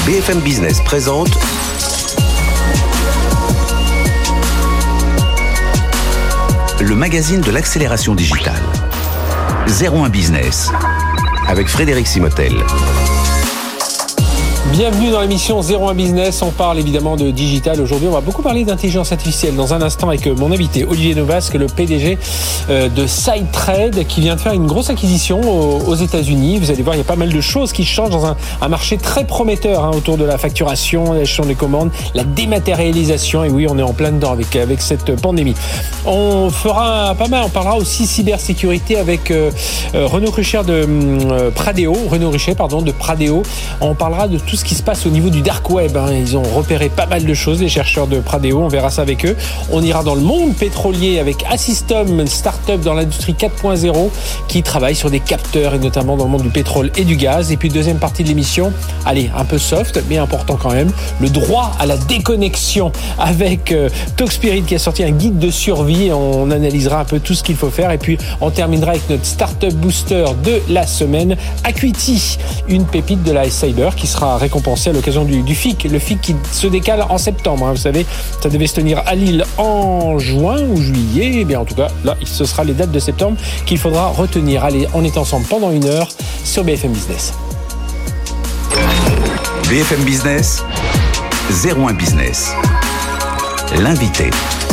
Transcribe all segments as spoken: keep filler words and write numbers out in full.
B F M Business présente le magazine de l'accélération digitale. zéro un Business avec Frédéric Simotel. Bienvenue dans l'émission zéro un Business. On parle évidemment de digital. Aujourd'hui, on va beaucoup parler d'intelligence artificielle. Dans un instant, avec mon invité Olivier Novasque, le P D G de SideTrade, qui vient de faire une grosse acquisition aux États-Unis. Vous allez voir, il y a pas mal de choses qui changent dans un, un marché très prometteur hein, autour de la facturation, la gestion des commandes, la dématérialisation. Et oui, on est en plein dedans avec avec cette pandémie. On fera pas mal. On parlera aussi cybersécurité avec euh, Renaud Richer de euh, Pradeo. Renaud Richer, pardon, de Pradeo. On parlera de tout ce qui se passe au niveau du dark web. Hein. Ils ont repéré pas mal de choses, les chercheurs de Pradeo. On verra ça avec eux. On ira dans le monde pétrolier avec Assystem, une start-up dans l'industrie quatre point zéro qui travaille sur des capteurs et notamment dans le monde du pétrole et du gaz. Et puis deuxième partie de l'émission, allez, un peu soft, mais important quand même, le droit à la déconnexion avec euh, Talkspirit qui a sorti un guide de survie. On analysera un peu tout ce qu'il faut faire. Et puis on terminera avec notre start-up booster de la semaine, Acuity, une pépite de la S-Cyber qui sera récompensé à l'occasion du, du F I C. Le F I C qui se décale en septembre. Hein, vous savez, ça devait se tenir à Lille en juin ou juillet. Eh bien, en tout cas, là, ce sera les dates de septembre qu'il faudra retenir. Allez, on est ensemble pendant une heure sur B F M Business. B F M Business, zéro un Business. L'invité.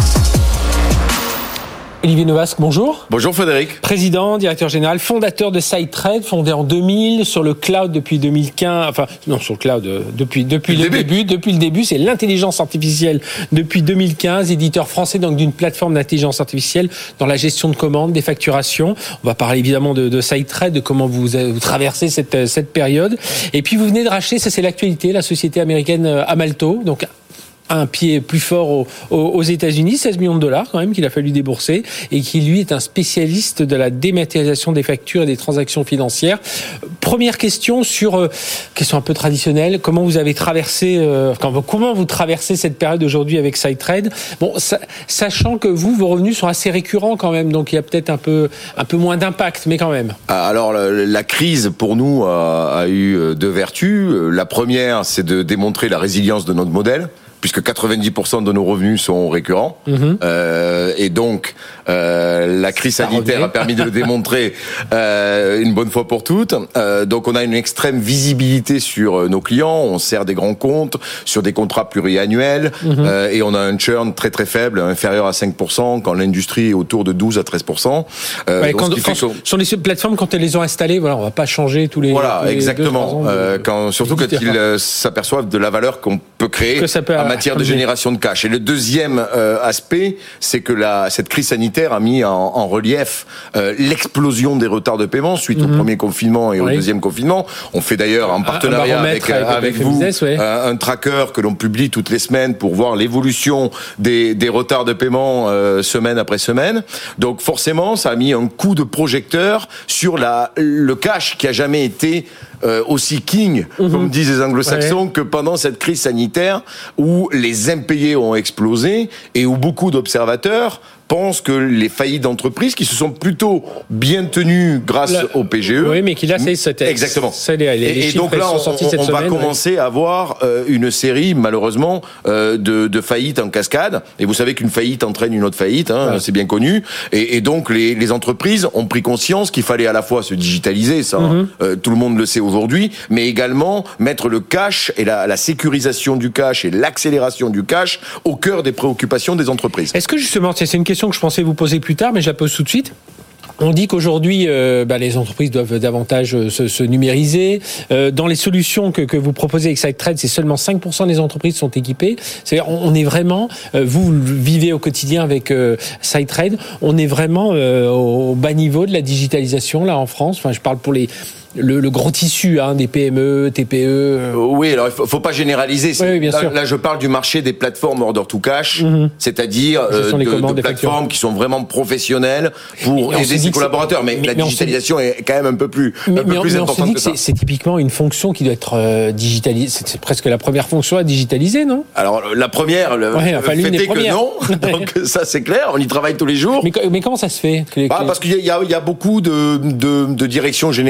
Olivier Novasque, bonjour. Bonjour Frédéric. Président, directeur général, fondateur de SideTrade, fondé en deux mille, sur le cloud depuis deux mille quinze, enfin, non, sur le cloud euh, depuis, depuis le, le début. début, depuis le début, c'est l'intelligence artificielle depuis deux mille quinze, éditeur français donc d'une plateforme d'intelligence artificielle dans la gestion de commandes, des facturations. On va parler évidemment de, de SideTrade, de comment vous, vous traversez cette, cette période. Et puis vous venez de racheter, ça c'est l'actualité, la société américaine Amalto, donc un pied plus fort aux, aux États-Unis, seize millions de dollars quand même qu'il a fallu débourser, et qui lui est un spécialiste de la dématérialisation des factures et des transactions financières. Première question sur euh, question un peu traditionnelle, comment vous avez traversé, euh, comment vous traversez cette période aujourd'hui avec SideTrade. Bon, sa, sachant que vous, vos revenus sont assez récurrents quand même, donc il y a peut-être un peu un peu moins d'impact, mais quand même. Alors la, la crise pour nous a, a eu deux vertus. La première, c'est de démontrer la résilience de notre modèle, puisque quatre-vingt-dix pour cent de nos revenus sont récurrents. Mmh. Euh, et donc, euh, la crise sanitaire a permis de le démontrer euh, une bonne fois pour toutes. Euh, donc, on a une extrême visibilité sur nos clients. On sert des grands comptes sur des contrats pluriannuels. Mmh. Euh, et on a un churn très très faible, inférieur à cinq pour cent, quand l'industrie est autour de douze à treize pour cent. Euh, ouais, quand, quand, que... Sur les plateformes, quand elles les ont installées, voilà, on va pas changer tous les Voilà, tous les exactement. deux, euh, quand, surtout quand ils euh, s'aperçoivent de la valeur qu'on peut créer que ça peut en matière de génération de cash. Et le deuxième euh, aspect, c'est que la, cette crise sanitaire a mis en, en relief euh, l'explosion des retards de paiement suite mmh. au premier confinement et oui. au deuxième confinement. On fait d'ailleurs en partenariat avec, avec, avec vous business, ouais. euh, un tracker que l'on publie toutes les semaines pour voir l'évolution des, des retards de paiement euh, semaine après semaine. Donc forcément, ça a mis un coup de projecteur sur la, le cash qui a jamais été Euh, aussi king, mmh. comme disent les anglo-saxons, ouais. que pendant cette crise sanitaire où les impayés ont explosé et où beaucoup d'observateurs pensent que les faillites d'entreprises qui se sont plutôt bien tenues grâce là, au P G E. Oui, mais qui là, c'est, c'est exactement. C'est les, les et, et donc là, on, on, on va semaine, commencer ouais. à avoir euh, une série, malheureusement, euh, de, de faillites en cascade. Et vous savez qu'une faillite entraîne une autre faillite, hein, ouais. c'est bien connu. Et, et donc, les, les entreprises ont pris conscience qu'il fallait à la fois se digitaliser, ça, mm-hmm. euh, tout le monde le sait aujourd'hui, mais également mettre le cash et la, la sécurisation du cash et l'accélération du cash au cœur des préoccupations des entreprises. Est-ce que justement, c'est une question que je pensais vous poser plus tard, mais je la pose tout de suite. On dit qu'aujourd'hui, euh, bah, les entreprises doivent davantage euh, se, se numériser. Euh, dans les solutions que, que vous proposez avec SideTrade, c'est seulement cinq pour cent des entreprises sont équipées. C'est-à-dire, on, on est vraiment, euh, vous vivez au quotidien avec euh, SideTrade, on est vraiment euh, au bas niveau de la digitalisation là en France. Enfin, je parle pour les Le, le gros tissu hein, des P M E, T P E. Oui, alors il faut, faut pas généraliser. Oui, oui, bien là, sûr. là, je parle du marché des plateformes order to cash, mmh. c'est-à-dire euh, de, commandes, de plateformes qui sont vraiment professionnelles pour aider ses collaborateurs. Mais, mais la mais digitalisation est quand même un peu plus, mais, un peu mais plus mais importante on que se dit ça. Que c'est, c'est typiquement une fonction qui doit être euh, digitalisée. C'est, c'est presque la première fonction à digitaliser, non ? Alors la première, le ouais, enfin, fait est que non. Donc ça c'est clair, on y travaille tous les jours. Mais, mais comment ça se fait que les, bah, que... Parce qu'il y a, il y a beaucoup de, de, de directions générales. Enfin,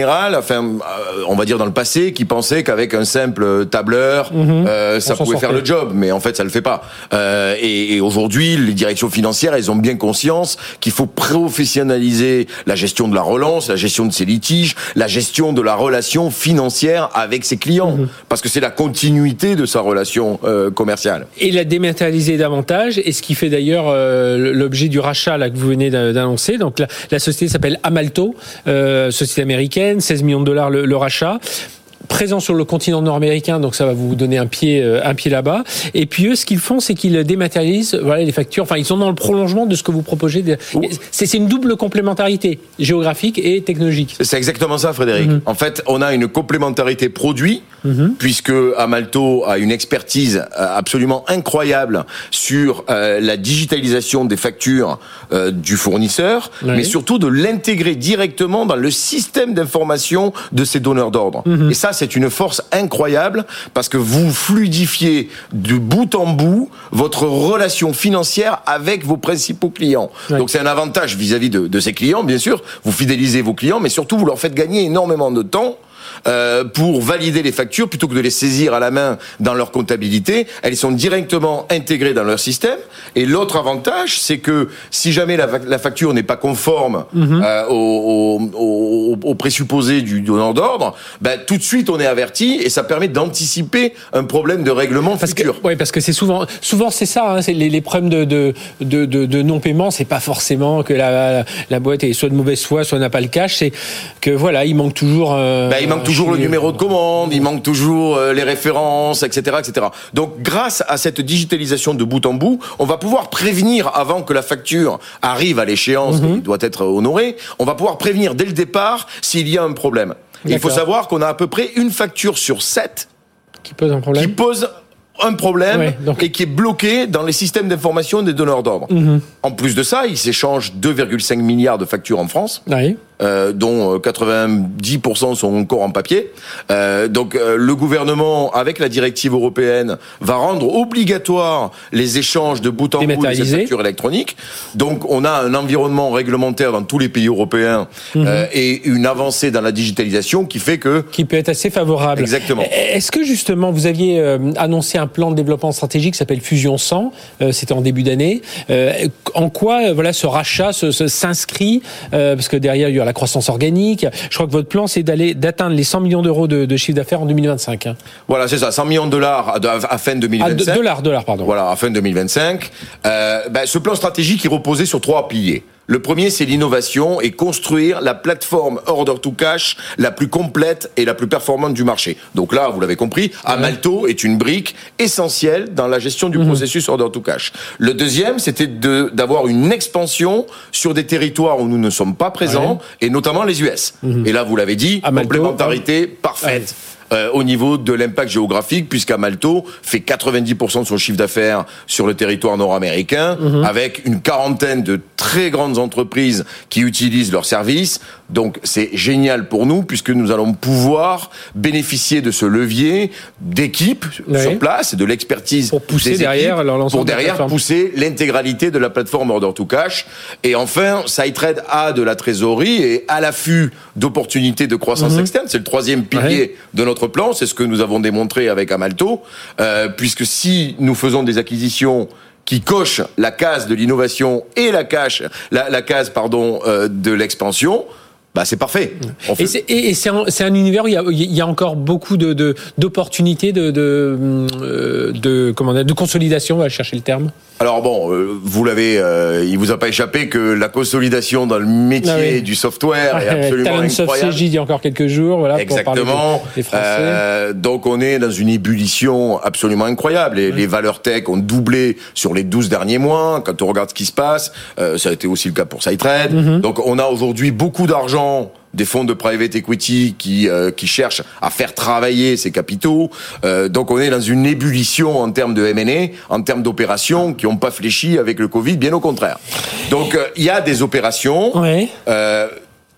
enfin, on va dire dans le passé, qui pensaient qu'avec un simple tableur, mmh. euh, ça pouvait faire le job, mais en fait, ça le fait pas. Euh, et, et aujourd'hui, les directions financières, elles ont bien conscience qu'il faut professionnaliser la gestion de la relance, la gestion de ses litiges, la gestion de la relation financière avec ses clients, mmh. parce que c'est la continuité de sa relation euh, commerciale. Et la dématérialiser davantage, et ce qui fait d'ailleurs euh, l'objet du rachat là que vous venez d'annoncer. Donc la, la société s'appelle Amalto, euh, société américaine, seize millions de dollars le, le rachat. Présent sur le continent nord-américain, donc ça va vous donner un pied, un pied là-bas. Et puis eux, ce qu'ils font, c'est qu'ils dématérialisent, voilà, les factures. Enfin, ils sont dans le prolongement de ce que vous proposez. C'est, c'est une double complémentarité géographique et technologique. C'est exactement ça, Frédéric. Mm-hmm. En fait, on a une complémentarité produit, mm-hmm. puisque Amalto a une expertise absolument incroyable sur euh, la digitalisation des factures euh, du fournisseur, oui. mais surtout de l'intégrer directement dans le système d'information de ses donneurs d'ordre. Mm-hmm. Et ça, c'est une force incroyable parce que vous fluidifiez de bout en bout votre relation financière avec vos principaux clients. Ouais. Donc c'est un avantage vis-à-vis de, de ces clients, bien sûr. Vous fidélisez vos clients, mais surtout vous leur faites gagner énormément de temps. Euh, pour valider les factures, plutôt que de les saisir à la main dans leur comptabilité, elles sont directement intégrées dans leur système. Et l'autre avantage, c'est que si jamais la, la facture n'est pas conforme mm-hmm. euh, au, au, au, au présupposé du donneur d'ordre, ben, tout de suite on est averti et ça permet d'anticiper un problème de règlement parce futur. Oui, parce que c'est souvent, souvent c'est ça, hein, c'est les, les problèmes de, de, de, de, de non-paiement, c'est pas forcément que la, la boîte est soit de mauvaise foi, soit n'a pas le cash, c'est que voilà, il manque toujours. Euh, ben, il manque toujours le numéro de commande, il manque toujours euh, les références, et cetera, et cetera. Donc, grâce à cette digitalisation de bout en bout, on va pouvoir prévenir avant que la facture arrive à l'échéance mm-hmm. qui doit être honorée. On va pouvoir prévenir dès le départ s'il y a un problème. Il faut savoir qu'on a à peu près une facture sur sept qui pose un problème. Qui pose un problème ouais, donc... et qui est bloqué dans les systèmes d'information des donneurs d'ordre. Mm-hmm. En plus de ça, il s'échange deux virgule cinq milliards de factures en France. Oui. Euh, dont quatre-vingt-dix pour cent sont encore en papier. Euh, donc euh, le gouvernement, avec la directive européenne, va rendre obligatoire les échanges de bout en bout de ces factures électroniques. Donc on a un environnement réglementaire dans tous les pays européens mmh. euh, et une avancée dans la digitalisation qui fait que... Qui peut être assez favorable. Exactement. Est-ce que justement vous aviez euh, annoncé un plan de développement stratégique qui s'appelle Fusion cent, euh, c'était en début d'année. Euh, en quoi euh, voilà, ce rachat ce, ce, s'inscrit euh, parce que derrière il y aura la croissance organique. Je crois que votre plan, c'est d'aller d'atteindre les cent millions d'euros de, de chiffre d'affaires en deux mille vingt-cinq. Hein. Voilà, c'est ça, cent millions de dollars à, à fin deux mille vingt-cinq. Ah, dollars, dollars, pardon. Voilà, à fin deux mille vingt-cinq. Euh, ben, ce plan stratégique, il reposait sur trois piliers. Le premier, c'est l'innovation et construire la plateforme Order to Cash la plus complète et la plus performante du marché. Donc là, vous l'avez compris, Amalto est une brique essentielle dans la gestion du mmh. processus Order to Cash. Le deuxième, c'était de, d'avoir une expansion sur des territoires où nous ne sommes pas présents, ouais. et notamment les U S. Mmh. Et là, vous l'avez dit, Amalto, complémentarité hein. parfaite. Ouais. Euh, au niveau de l'impact géographique, puisqu'Amalto fait quatre-vingt-dix pour cent de son chiffre d'affaires sur le territoire nord-américain, mmh. avec une quarantaine de très grandes entreprises qui utilisent leurs services. Donc c'est génial pour nous, puisque nous allons pouvoir bénéficier de ce levier d'équipe oui. sur place et de l'expertise pour pousser des derrière équipes, pour derrière de pousser l'intégralité de la plateforme Order to Cash. Et enfin, SideTrade a de la trésorerie et à l'affût d'opportunités de croissance mmh. externe. C'est le troisième pilier ouais. de notre plan, c'est ce que nous avons démontré avec Amalto, euh, puisque si nous faisons des acquisitions qui cochent la case de l'innovation et la, cache, la, la case pardon, euh, de l'expansion, bah c'est parfait. On fait... Et, c'est, et c'est, un, c'est un univers où il y a, il y a encore beaucoup de, de, d'opportunités de, de, de, de, comment dire, de consolidation, on va chercher le terme. Alors bon, euh, vous l'avez, euh, il vous a pas échappé que la consolidation dans le métier ah oui. du software est absolument Talent incroyable. C J il y a encore quelques jours, voilà. Exactement. Pour des, des Français. Euh, donc on est dans une ébullition absolument incroyable. Les, oui. les valeurs tech ont doublé sur les douze derniers mois. Quand on regarde ce qui se passe, euh, ça a été aussi le cas pour SideTrade. Mm-hmm. Donc on a aujourd'hui beaucoup d'argent des fonds de private equity qui euh, qui cherchent à faire travailler ces capitaux. Euh, donc on est dans une ébullition en termes de M and A, en termes d'opérations qui n'ont pas fléchi avec le Covid, bien au contraire. Donc il euh, y a des opérations. Oui. Euh,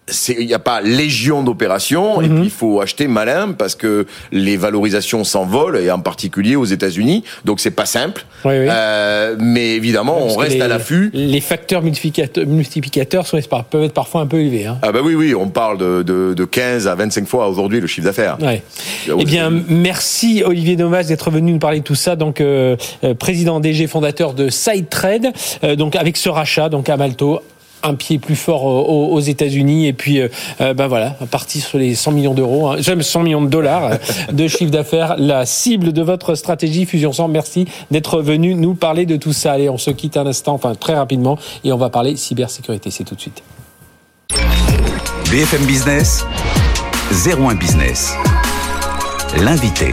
il n'y a pas légion d'opérations, mm-hmm. et puis il faut acheter malin parce que les valorisations s'envolent, et en particulier aux États-Unis. Donc c'est pas simple, oui, oui. Euh, mais évidemment parce on reste les, à l'affût. Les facteurs multiplicateurs, multiplicateurs sont, peuvent être parfois un peu élevés. Hein. Ah bah oui, oui, on parle de, de, de quinze à vingt-cinq fois aujourd'hui le chiffre d'affaires. Ouais. Eh bien, merci Olivier Novas d'être venu nous parler de tout ça. Donc euh, président D G fondateur de SideTrade, euh, donc avec ce rachat donc à Malto. Un pied plus fort aux, aux États-Unis, et puis euh, ben voilà, parti sur les cent millions d'euros, hein, cent millions de dollars de chiffre d'affaires, la cible de votre stratégie Fusion cent. Merci d'être venu nous parler de tout ça. Allez, on se quitte un instant, enfin très rapidement, et on va parler cybersécurité. C'est tout de suite. B F M Business, zéro un Business, l'invité.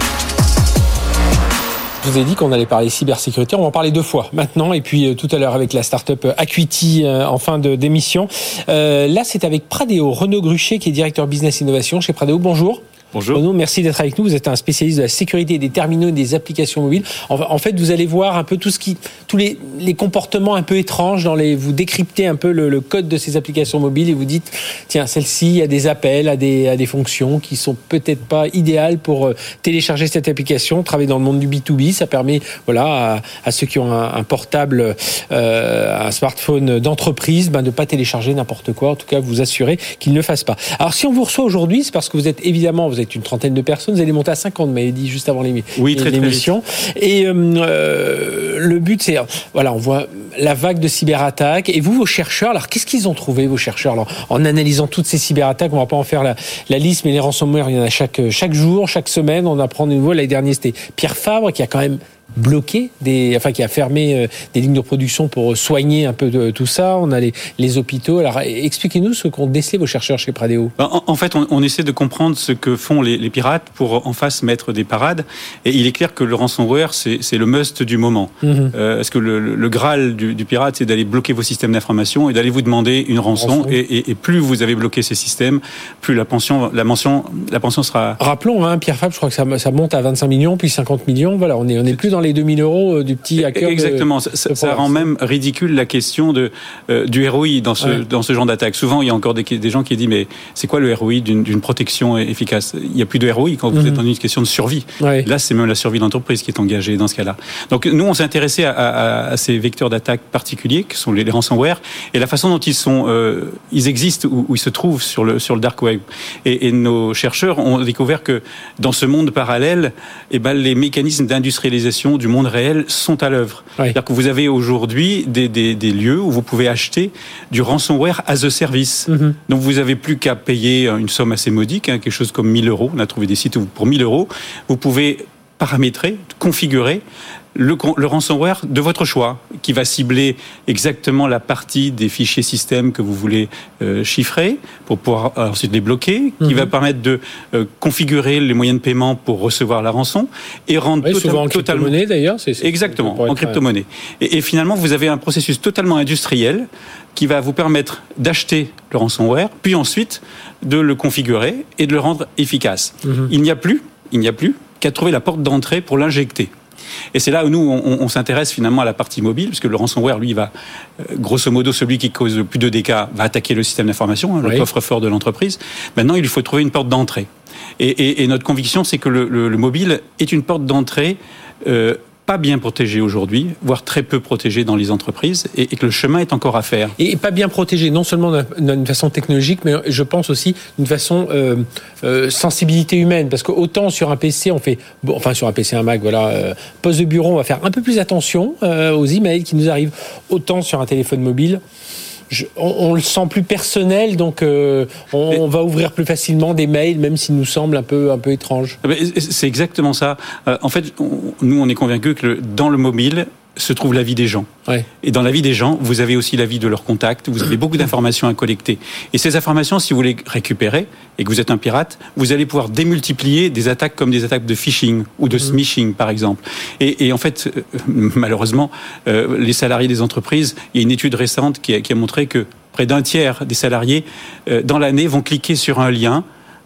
Je vous ai dit qu'on allait parler cybersécurité. On va en parler deux fois maintenant, et puis euh, tout à l'heure avec la start-up Acuity euh, en fin de, d'émission. Euh, là, c'est avec Pradeo, Renaud Gruchet, qui est directeur business innovation chez Pradeo. Bonjour. Bonjour. Renaud, merci d'être avec nous. Vous êtes un spécialiste de la sécurité des terminaux et des applications mobiles. En fait, vous allez voir un peu tout ce qui, tous les, les comportements un peu étranges dans les, vous décryptez un peu le, le code de ces applications mobiles et vous dites, tiens, celle-ci a des appels à des, à des fonctions qui sont peut-être pas idéales pour euh, télécharger cette application. Travailler dans le monde du B deux B, ça permet, voilà, à, à ceux qui ont un, un portable, euh, un smartphone d'entreprise, ben, de pas télécharger n'importe quoi. En tout cas, vous assurer qu'ils ne le fassent pas. Alors, si on vous reçoit aujourd'hui, c'est parce que vous êtes évidemment, vous êtes une trentaine de personnes, vous allez monter à cinquante, vous m'avez dit juste avant l'émi- oui, très, l'émission. Très et euh, le but, c'est, voilà, on voit la vague de cyberattaques. Et vous, vos chercheurs, alors qu'est-ce qu'ils ont trouvé, vos chercheurs, alors, en analysant toutes ces cyberattaques? On va pas en faire la, la liste, mais les ransomware, il y en a chaque, chaque jour, chaque semaine, on apprend de nouveau. L'année dernière, c'était Pierre Fabre qui a quand même bloqué des, enfin qui a fermé euh, des lignes de production pour soigner un peu de tout ça. On a les, les hôpitaux. Alors expliquez-nous ce qu'ont décelé vos chercheurs chez Pradeo. En, en fait, on, on essaie de comprendre ce que font les, les pirates pour en face mettre des parades. Et il est clair que le ransomware, c'est, c'est le must du moment. Mm-hmm. Euh, parce que le, le, le graal du, du pirate, c'est d'aller bloquer vos systèmes d'information et d'aller vous demander une rançon. rançon. Et, et, et plus vous avez bloqué ces systèmes, plus la pension, la mention, la pension sera. Rappelons, hein, Pierre Fabre, je crois que ça, ça monte à vingt-cinq millions, puis cinquante millions. Voilà, on est, on est plus dans les deux mille euros du petit hacker. Exactement. De, ça, de ça rend même ridicule la question de, euh, du R O I dans ce, ouais. dans ce genre d'attaque. Souvent, il y a encore des, des gens qui disent, mais c'est quoi le R O I d'une, d'une protection efficace? Il n'y a plus de R O I quand vous mm-hmm. êtes dans une question de survie. Ouais. Là, c'est même la survie de l'entreprise qui est engagée dans ce cas-là. Donc, nous, on s'est intéressé à, à, à ces vecteurs d'attaque particuliers, qui sont les, les ransomware, et la façon dont ils sont, euh, ils existent ou, ou ils se trouvent sur le, sur le dark web. Et, et nos chercheurs ont découvert que dans ce monde parallèle, eh ben, les mécanismes d'industrialisation du monde réel sont à l'œuvre. Oui. C'est-à-dire que vous avez aujourd'hui des, des, des lieux où vous pouvez acheter du ransomware as a service. Mm-hmm. Donc vous n'avez plus qu'à payer une somme assez modique, hein, quelque chose comme mille euros. On a trouvé des sites où pour mille euros, vous pouvez paramétrer, configurer le, le ransomware de votre choix, qui va cibler exactement la partie des fichiers système que vous voulez euh, chiffrer pour pouvoir euh, ensuite les bloquer, mmh. qui va permettre de euh, configurer les moyens de paiement pour recevoir la rançon et rendre oui, total, souvent en totalement crypto-monnaie d'ailleurs. C'est, c'est exactement en crypto-monnaie. Et, et finalement, vous avez un processus totalement industriel qui va vous permettre d'acheter le ransomware, puis ensuite de le configurer et de le rendre efficace. Mmh. Il n'y a plus, il n'y a plus qu'à trouver la porte d'entrée pour l'injecter. Et c'est là où nous, on, on s'intéresse finalement à la partie mobile, parce que le ransomware, lui, va, euh, grosso modo, celui qui cause le plus de dégâts, va attaquer le système d'information, hein, oui. le coffre-fort de l'entreprise. Maintenant, il lui faut trouver une porte d'entrée. Et, et, et notre conviction, c'est que le, le, le mobile est une porte d'entrée euh, pas bien protégé aujourd'hui, voire très peu protégé dans les entreprises, et, et que le chemin est encore à faire. Et pas bien protégé, non seulement d'une façon technologique, mais je pense aussi d'une façon euh, euh, sensibilité humaine, parce que autant sur un P C, on fait, bon, enfin sur un P C, un Mac, voilà, euh, poste de bureau, on va faire un peu plus attention euh, aux emails qui nous arrivent, autant sur un téléphone mobile. Je, on, on le sent plus personnel, donc euh, on, on va ouvrir plus facilement des mails, même s'ils nous semblent un peu, un peu étranges. C'est exactement ça. Euh, en fait, on, nous, on est convaincus que le, dans le mobile se trouve la vie des gens. Ouais. Et dans la vie des gens, vous avez aussi la vie de leurs contacts, vous avez beaucoup d'informations à collecter. Et ces informations, si vous les récupérez, et que vous êtes un pirate, vous allez pouvoir démultiplier des attaques comme des attaques de phishing ou de smishing, par exemple. Et, et en fait, euh, malheureusement, euh, les salariés des entreprises, il y a une étude récente qui a, qui a montré que près d'un tiers des salariés, euh, dans l'année, vont cliquer sur un lien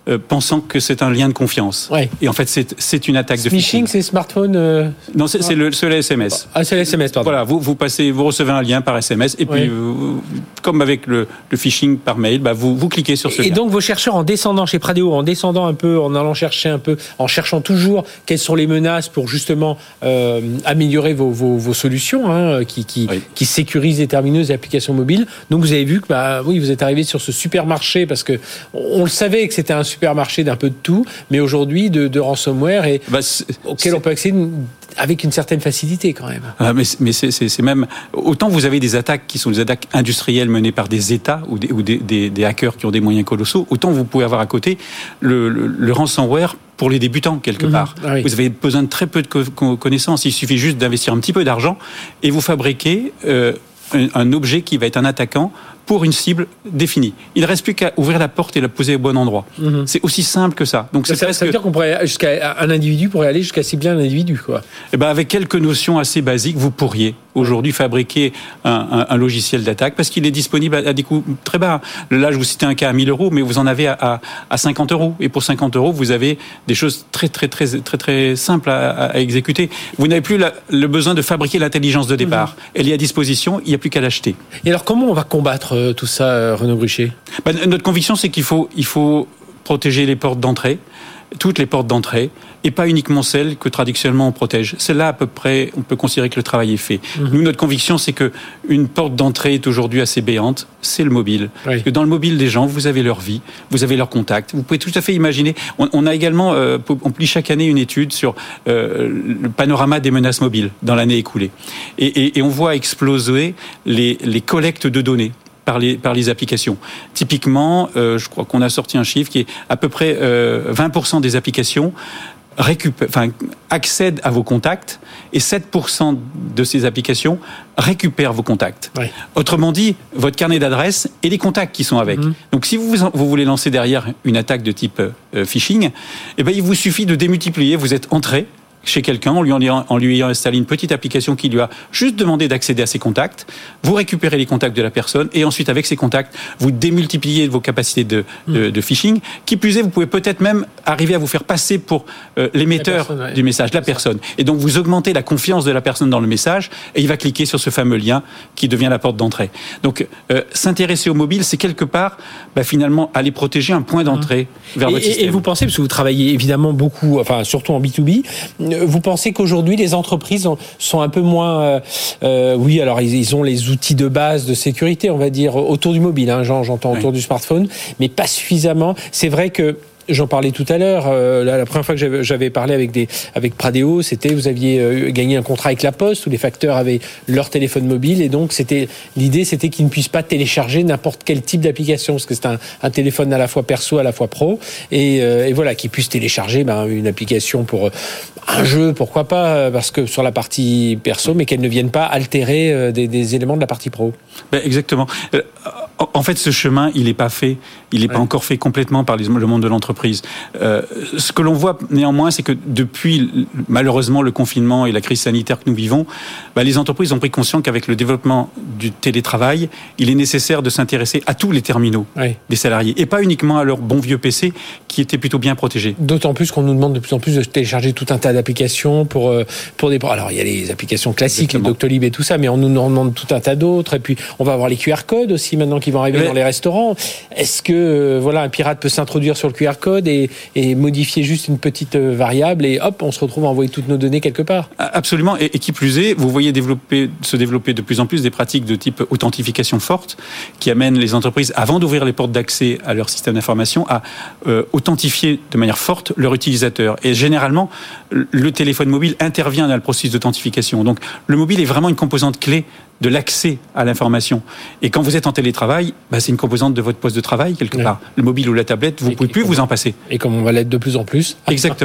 euh, pensant que c'est un lien de confiance. Ouais. Et en fait, c'est, c'est une attaque de phishing. Phishing, c'est smartphone euh... Non, c'est, c'est le, c'est le S M S. Ah, c'est le S M S, pardon. Voilà, vous, vous, passez, vous recevez un lien par S M S, et puis, ouais. vous, comme avec le, le phishing par mail, bah vous, vous cliquez sur ce et lien. Et donc, vos chercheurs, en descendant chez Pradeo, en descendant un peu, en allant chercher un peu, en cherchant toujours quelles sont les menaces pour justement euh, améliorer vos, vos, vos solutions, hein, qui, qui, oui. qui sécurisent les terminaux et applications mobiles. Donc, vous avez vu que, bah, oui, vous êtes arrivé sur ce supermarché, parce que on le savait que c'était un supermarché d'un peu de tout, mais aujourd'hui de, de ransomware et bah, auquel c'est... on peut accéder avec une certaine facilité quand même. Ah, mais mais c'est, c'est, c'est même autant vous avez des attaques qui sont des attaques industrielles menées par des États ou des, ou des, des, des hackers qui ont des moyens colossaux, autant vous pouvez avoir à côté le, le, le ransomware pour les débutants quelque part. Mmh, ah oui. Vous avez besoin de très peu de co- connaissances. Il suffit juste d'investir un petit peu d'argent et vous fabriquez euh, un, un objet qui va être un attaquant pour une cible définie. Il ne reste plus qu'à ouvrir la porte et la poser au bon endroit. Mmh. C'est aussi simple que ça. Donc ça, c'est ça, ça veut dire qu'on pourrait jusqu'à un individu pourrait aller jusqu'à cibler un individu, quoi. Et ben avec quelques notions assez basiques, vous pourriez aujourd'hui fabriquer un, un, un logiciel d'attaque parce qu'il est disponible à, à des coûts très bas. Là, je vous citais un cas à mille euros, mais vous en avez à, à, à cinquante euros. Et pour cinquante euros, vous avez des choses très très très très très, très simples à, à exécuter. Vous n'avez plus la, le besoin de fabriquer l'intelligence de départ. Mmh. Elle est à disposition. Il n'y a plus qu'à l'acheter. Et alors, comment on va combattre tout ça, Renaud Gruchet? Ben, notre conviction, c'est qu'il faut, il faut protéger les portes d'entrée, toutes les portes d'entrée, et pas uniquement celles que traditionnellement on protège. Celles-là, à peu près, on peut considérer que le travail est fait. Mmh. Nous, notre conviction, c'est que une porte d'entrée est aujourd'hui assez béante, c'est le mobile. Oui. Parce que dans le mobile des gens, vous avez leur vie, vous avez leurs contacts. Vous pouvez tout à fait imaginer. On, on a également, euh, on publie chaque année une étude sur euh, le panorama des menaces mobiles dans l'année écoulée, et, et, et on voit exploser les, les collectes de données. Par les, par les applications. Typiquement, euh, je crois qu'on a sorti un chiffre qui est à peu près euh, vingt pour cent des applications récupèrent, enfin, accèdent à vos contacts et sept pour cent de ces applications récupèrent vos contacts. Oui. Autrement dit, votre carnet d'adresses et les contacts qui sont avec. Mmh. Donc, si vous, vous voulez lancer derrière une attaque de type euh, phishing, eh ben, il vous suffit de démultiplier. Vous êtes entré chez quelqu'un, en lui, en lui ayant installé une petite application qui lui a juste demandé d'accéder à ses contacts. Vous récupérez les contacts de la personne et ensuite, avec ces contacts, vous démultipliez vos capacités de, de, de phishing. Qui plus est, vous pouvez peut-être même arriver à vous faire passer pour euh, l'émetteur personne, ouais. du message, la personne. Et donc, vous augmentez la confiance de la personne dans le message et il va cliquer sur ce fameux lien qui devient la porte d'entrée. Donc, euh, s'intéresser au mobile, c'est quelque part, bah, finalement, aller protéger un point d'entrée mmh. vers et, votre et, système. Et vous pensez, parce que vous travaillez évidemment beaucoup, enfin, surtout en B deux B, vous pensez qu'aujourd'hui les entreprises sont un peu moins, euh, euh, oui, alors ils, ils ont les outils de base de sécurité, on va dire autour du mobile, hein, j'entends oui. autour du smartphone, mais pas suffisamment. C'est vrai que j'en parlais tout à l'heure. Euh, la, la première fois que j'avais, j'avais parlé avec des avec Pradeo, c'était vous aviez euh, gagné un contrat avec la Poste où les facteurs avaient leur téléphone mobile et donc c'était l'idée, c'était qu'ils ne puissent pas télécharger n'importe quel type d'application parce que c'est un, un téléphone à la fois perso, à la fois pro et, euh, et voilà, qu'ils puissent télécharger ben, une application pour euh, un jeu, pourquoi pas, parce que sur la partie perso, mais qu'elle ne vienne pas altérer euh, des, des éléments de la partie pro. Ben exactement. Euh, en fait, ce chemin, il n'est pas fait. Il n'est ouais. pas encore fait complètement par les, le monde de l'entreprise. Euh, ce que l'on voit néanmoins, c'est que depuis malheureusement le confinement et la crise sanitaire que nous vivons, bah, les entreprises ont pris conscience qu'avec le développement du télétravail, il est nécessaire de s'intéresser à tous les terminaux ouais. des salariés et pas uniquement à leur bon vieux P C qui était plutôt bien protégé. D'autant plus qu'on nous demande de plus en plus de télécharger tout un tas d'applications pour pour des. Alors il y a les applications classiques, Exactement. les Doctolib et tout ça, mais on nous en demande tout un tas d'autres. Et puis on va avoir les Q R codes aussi maintenant qui vont arriver mais... dans les restaurants. Est-ce que euh, voilà un pirate peut s'introduire sur le Q R code et, et modifier juste une petite variable et hop, on se retrouve à envoyer toutes nos données quelque part? Absolument. Et, et qui plus est, vous voyez développer, se développer de plus en plus des pratiques de type authentification forte qui amènent les entreprises, avant d'ouvrir les portes d'accès à leur système d'information, à euh, authentifier de manière forte leur utilisateur. Et généralement, le téléphone mobile intervient dans le processus d'authentification. Donc, le mobile est vraiment une composante clé de l'accès à l'information. Et quand vous êtes en télétravail, bah, c'est une composante de votre poste de travail, quelque part. Ouais. Le mobile ou la tablette, vous ne pouvez plus vous en passer. Et comme on va l'être de plus en plus. Exactement.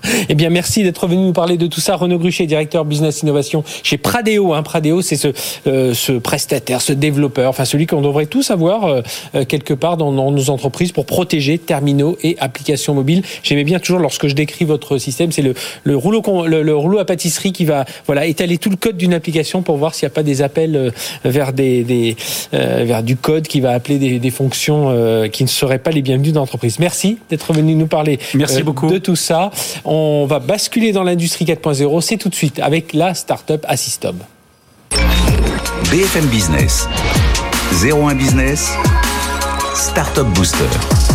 Eh bien, merci d'être venu nous parler de tout ça. Renaud Gruchet, directeur business innovation chez Pradeo. Hein. Pradeo, c'est ce, euh, ce prestataire, ce développeur, enfin celui qu'on devrait tous avoir euh, quelque part dans, dans nos entreprises pour protéger terminaux et applications mobiles. J'aimais bien toujours, lorsque je décris votre système, c'est le, le, rouleau, le, le rouleau à pâtisserie qui va voilà, étaler tout le code d'une application pour voir s'il n'y a pas des appels vers, des, des, euh, vers du code qui va appeler des, des fonctions euh, qui ne seraient pas les bienvenues dans l'entreprise. Merci d'être venu nous parler Merci euh, beaucoup. de tout ça. On va basculer dans l'industrie quatre point zéro, c'est tout de suite avec la start-up Assystom. B F M Business, zéro un Business, Startup Booster.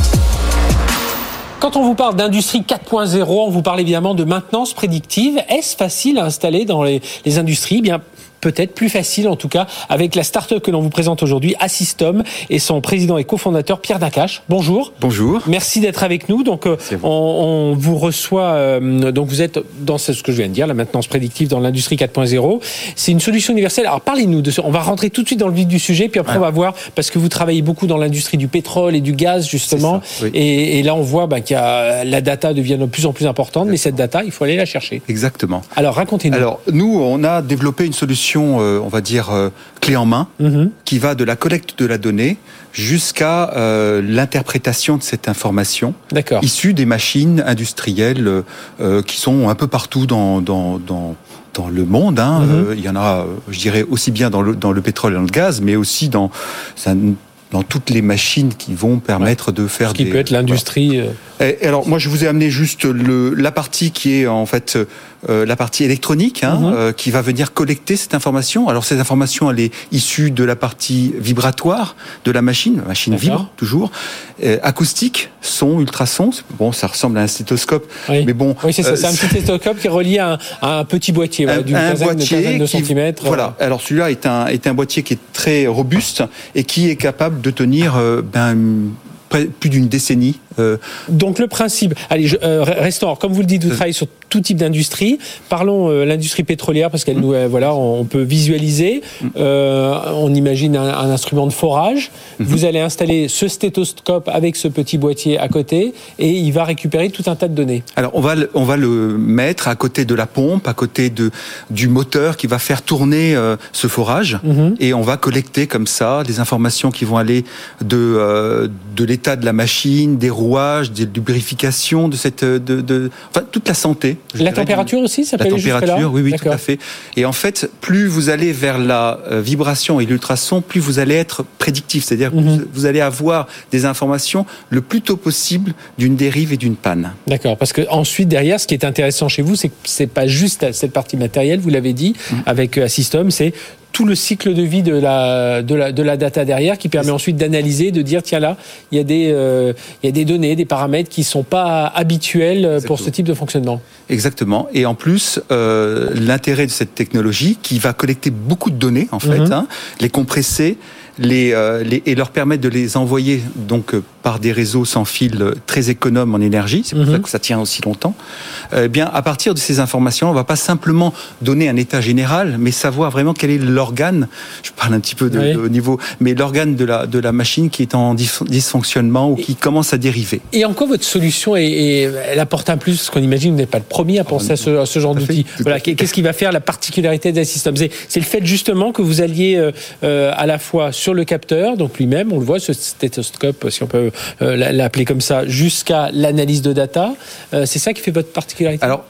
Quand on vous parle d'industrie quatre point zéro, on vous parle évidemment de maintenance prédictive. Est-ce facile à installer dans les, les industries ? Eh bien, peut-être plus facile en tout cas avec la start-up que l'on vous présente aujourd'hui, Assystom, et son président et cofondateur Pierre Nakache. Bonjour. Bonjour. Merci d'être avec nous. Donc on, on vous reçoit. Euh, donc vous êtes dans ce que je viens de dire, la maintenance prédictive dans l'industrie quatre point zéro. C'est une solution universelle. Alors parlez-nous de ça. On va rentrer tout de suite dans le vif du sujet, puis après ouais. on va voir parce que vous travaillez beaucoup dans l'industrie du pétrole et du gaz justement. Ça, oui. et, et là on voit bah, qu'il y a la data devient de plus en plus importante, mais cette data il faut aller la chercher. Exactement. Alors racontez-nous. Alors nous on a développé une solution Euh, on va dire euh, clé en main, mm-hmm. qui va de la collecte de la donnée jusqu'à euh, l'interprétation de cette information D'accord. issue des machines industrielles euh, qui sont un peu partout dans dans dans, dans le monde. Hein. Mm-hmm. Euh, il y en a, je dirais, aussi bien dans le dans le pétrole et dans le gaz, mais aussi dans ça, dans toutes les machines qui vont permettre ouais. de faire Ce qui des... peut être l'industrie... Voilà. Et alors, moi, je vous ai amené juste le, la partie qui est, en fait, euh, la partie électronique, hein, mm-hmm. euh, qui va venir collecter cette information. Alors, cette information, elle est issue de la partie vibratoire de la machine. La machine D'accord. vibre, toujours. Euh, acoustique, son, ultrason. Bon, ça ressemble à un stéthoscope. Oui. Mais bon... Oui, c'est ça. Euh, c'est un petit stéthoscope qui est relié à un, à un petit boîtier, voilà, d'une un quinzaine, boîtier de, quinzaine de qui, centimètres. Voilà. Alors, celui-là est un, est un boîtier qui est très robuste et qui est capable de tenir, euh, ben, plus d'une décennie. Euh... Donc le principe, allez, je, euh, restons. Comme vous le dites, vous travaillez sur tout type d'industrie. Parlons euh, l'industrie pétrolière parce qu'elle nous, euh, voilà, on peut visualiser. Euh, on imagine un, un instrument de forage. Mm-hmm. Vous allez installer ce stéthoscope avec ce petit boîtier à côté et il va récupérer tout un tas de données. Alors on va on va le mettre à côté de la pompe, à côté de du moteur qui va faire tourner euh, ce forage mm-hmm. et on va collecter comme ça des informations qui vont aller de euh, de l'état de la machine, des roues, des lubrifications, de cette, de, de, enfin toute la santé. La température du, aussi, ça peut aller jusque-là. La température, oui, oui, D'accord. tout à fait. Et en fait, plus vous allez vers la euh, vibration et l'ultrason, plus vous allez être prédictif, c'est-à-dire mm-hmm. que vous, vous allez avoir des informations le plus tôt possible d'une dérive et d'une panne. D'accord, parce que ensuite derrière, ce qui est intéressant chez vous, c'est que c'est pas juste cette partie matérielle, vous l'avez dit, mm. avec Assystom, c'est tout le cycle de vie de la de la de la data derrière qui permet ensuite d'analyser, de dire tiens là il y a des euh, il y a des données, des paramètres qui sont pas habituels Exactement. Pour ce type de fonctionnement. Exactement. Et en plus euh, l'intérêt de cette technologie qui va collecter beaucoup de données en fait, mm-hmm. hein, les compresser. Les, euh, les, et leur permettre de les envoyer donc euh, par des réseaux sans fil euh, très économes en énergie, c'est pour mm-hmm. ça que ça tient aussi longtemps. Euh, bien, à partir de ces informations, on va pas simplement donner un état général, mais savoir vraiment quel est l'organe. Je parle un petit peu de, oui. de, au niveau, mais l'organe de la de la machine qui est en dysfonctionnement ou qui et, commence à dériver. Et en quoi votre solution est, est, elle apporte un plus, parce qu'on imagine que vous n'êtes pas le premier à penser ah, à, ce, à ce genre d'outil. Voilà, qu'est-ce qui va faire la particularité d'Assystom ? C'est, c'est le fait justement que vous alliez euh, euh, à la fois sur le capteur, donc lui-même, on le voit, ce stéthoscope, si on peut euh, l'appeler comme ça, jusqu'à l'analyse de data. Euh, c'est ça qui fait votre particularité ? Alors,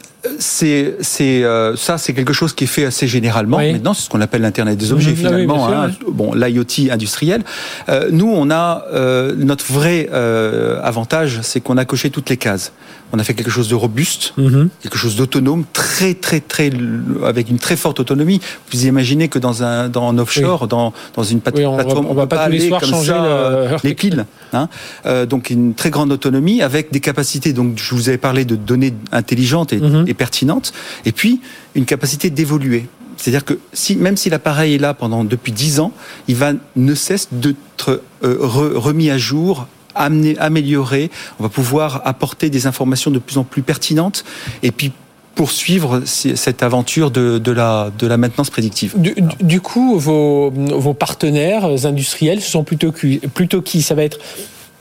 c'est, c'est, euh, ça, c'est quelque chose qui est fait assez généralement. Oui. Maintenant, c'est ce qu'on appelle l'Internet des objets, mmh, finalement. Oui, hein, sûr, oui. Bon, l'I O T industriel. Euh, nous, on a euh, notre vrai euh, avantage, c'est qu'on a coché toutes les cases. On a fait quelque chose de robuste, mmh. quelque chose d'autonome, très, très, très, avec une très forte autonomie. Vous imaginez que dans un, dans un offshore, oui. dans, dans une pat- oui, on plateforme, va, on, on va pas, pas tous les soirs changer ça, le... les piles. Hein. Euh, donc, une très grande autonomie avec des capacités. Donc, je vous avais parlé de données intelligentes et, mmh. et pertinentes. Et puis, une capacité d'évoluer. C'est-à-dire que si, même si l'appareil est là pendant depuis dix ans, il va ne cesse d'être euh, re, remis à jour, amener, amélioré. On va pouvoir apporter des informations de plus en plus pertinentes et puis poursuivre cette aventure de, de, la, de la maintenance prédictive. Du, du coup, vos, vos partenaires industriels, ce sont plutôt qui, plutôt qui ça va être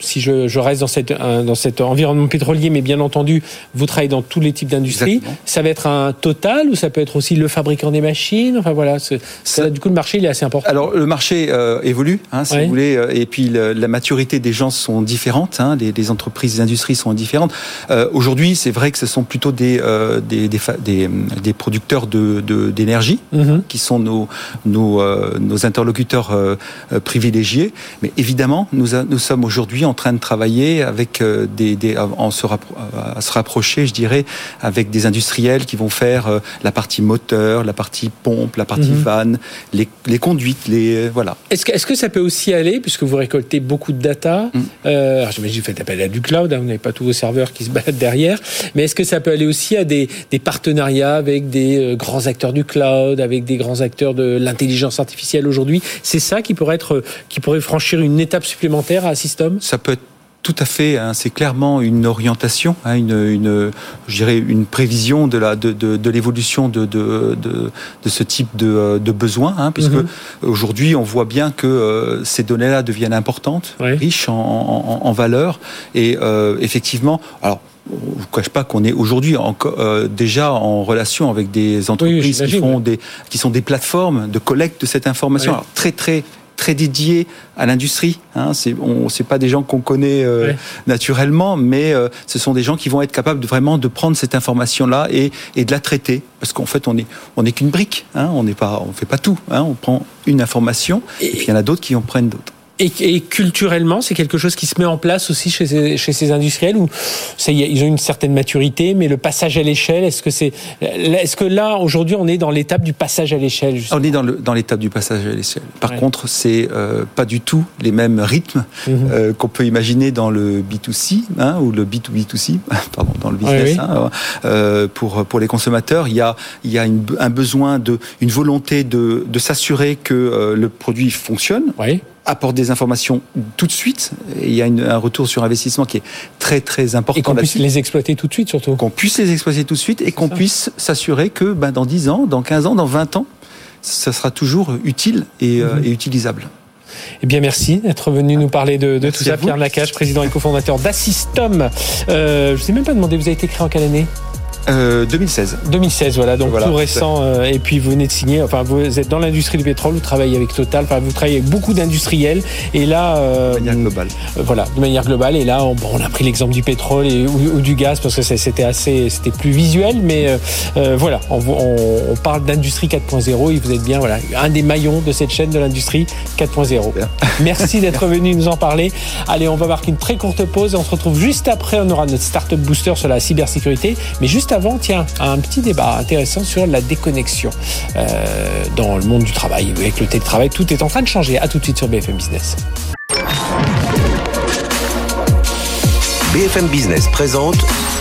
si je, je reste dans, cette, dans cet environnement pétrolier, mais bien entendu, vous travaillez dans tous les types d'industries. Exactement. Ça va être un Total ou ça peut être aussi le fabricant des machines. Enfin voilà, c'est, ça, du coup le marché il est assez important. Alors le marché euh, évolue, hein, si oui. vous voulez, euh, et puis le, la maturité des gens sont différentes. Hein, les, les entreprises, les industries sont différentes. Euh, aujourd'hui, c'est vrai que ce sont plutôt des euh, des, des, des des producteurs de, de d'énergie mm-hmm. qui sont nos nos euh, nos interlocuteurs euh, privilégiés. Mais évidemment, nous a, nous sommes aujourd'hui en train de travailler avec euh, des, des en se, rappro- à se rapprocher, je dirais, avec des industriels qui vont faire euh, la partie moteur, la partie pompe, la partie mm-hmm. vanne, les, les conduites, les euh, voilà. Est-ce que est-ce que ça peut aussi aller, puisque vous récoltez beaucoup de data, mm. euh, alors j'imagine que vous faites appel à du cloud, hein, vous n'avez pas tous vos serveurs qui se baladent derrière, mais est-ce que ça peut aller aussi à des, des partenariats avec des euh, grands acteurs du cloud, avec des grands acteurs de l'intelligence artificielle aujourd'hui? C'est ça qui pourrait être, qui pourrait franchir une étape supplémentaire à Systom? Ça peut être tout à fait, hein, c'est clairement une orientation, hein, une, une, je dirais une prévision de la de, de, de l'évolution de, de de de ce type de, de besoins, hein, puisque mm-hmm. aujourd'hui on voit bien que euh, ces données-là deviennent importantes, oui. riches en, en, en valeur, et euh, effectivement, alors. Je ne vous cache pas qu'on est aujourd'hui en, euh, déjà en relation avec des entreprises oui, qui font des, qui sont des plateformes de collecte de cette information, oui. alors, très très très dédiées à l'industrie. Hein, c'est on, c'est pas des gens qu'on connaît euh, oui. naturellement, mais euh, ce sont des gens qui vont être capables de, vraiment de prendre cette information-là et, et de la traiter, parce qu'en fait on est on est qu'une brique. Hein, on n'est pas on fait pas tout. Hein, on prend une information et, et puis il y en a d'autres qui en prennent d'autres. Et, et culturellement, c'est quelque chose qui se met en place aussi chez ces, chez ces industriels où ça y est, ils ont une certaine maturité, mais le passage à l'échelle, est-ce que c'est, est-ce que là aujourd'hui on est dans l'étape du passage à l'échelle justement? On est dans, le, dans l'étape du passage à l'échelle. Par ouais. contre, c'est euh, pas du tout les mêmes rythmes mm-hmm. euh, qu'on peut imaginer dans le B deux C hein, ou le B deux B deux C, pardon, dans le business. Oui, oui. Hein, euh, pour pour les consommateurs, il y a il y a une, un besoin de une volonté de de s'assurer que euh, le produit fonctionne. Oui. Apporte des informations tout de suite, et il y a une, un retour sur investissement qui est très très important. Et qu'on là-dessus. puisse les exploiter tout de suite surtout. Qu'on puisse les exploiter tout de suite et C'est qu'on ça. puisse s'assurer que ben, dans dix ans, dans quinze ans, dans vingt ans, ça sera toujours utile et, mm-hmm. euh, et utilisable. Eh bien, merci d'être venu nous parler de, de tout ça. Pierre Nakache, président et cofondateur d'Assystom. Euh, je ne vous ai même pas demandé, vous avez été créé en quelle année ? Euh, deux mille seize. deux mille seize, voilà, donc voilà, tout récent. Euh, et puis vous venez de signer, enfin vous êtes dans l'industrie du pétrole, vous travaillez avec Total, enfin vous travaillez avec beaucoup d'industriels. Et là, euh, de manière globale. Euh, voilà, de manière globale. Et là, on, bon, on a pris l'exemple du pétrole et, ou, ou du gaz parce que c'était assez, c'était plus visuel, mais euh, euh, voilà, on, on, on parle d'industrie quatre point zéro et vous êtes bien, voilà, un des maillons de cette chaîne de l'industrie quatre point zéro. Merci d'être venu nous en parler. Allez, on va marquer une très courte pause et on se retrouve juste après. On aura notre Startup Booster sur la cybersécurité, mais juste avant, tiens, un petit débat intéressant sur la déconnexion euh, dans le monde du travail. Avec le télétravail, tout est en train de changer. À tout de suite sur B F M Business. B F M Business présente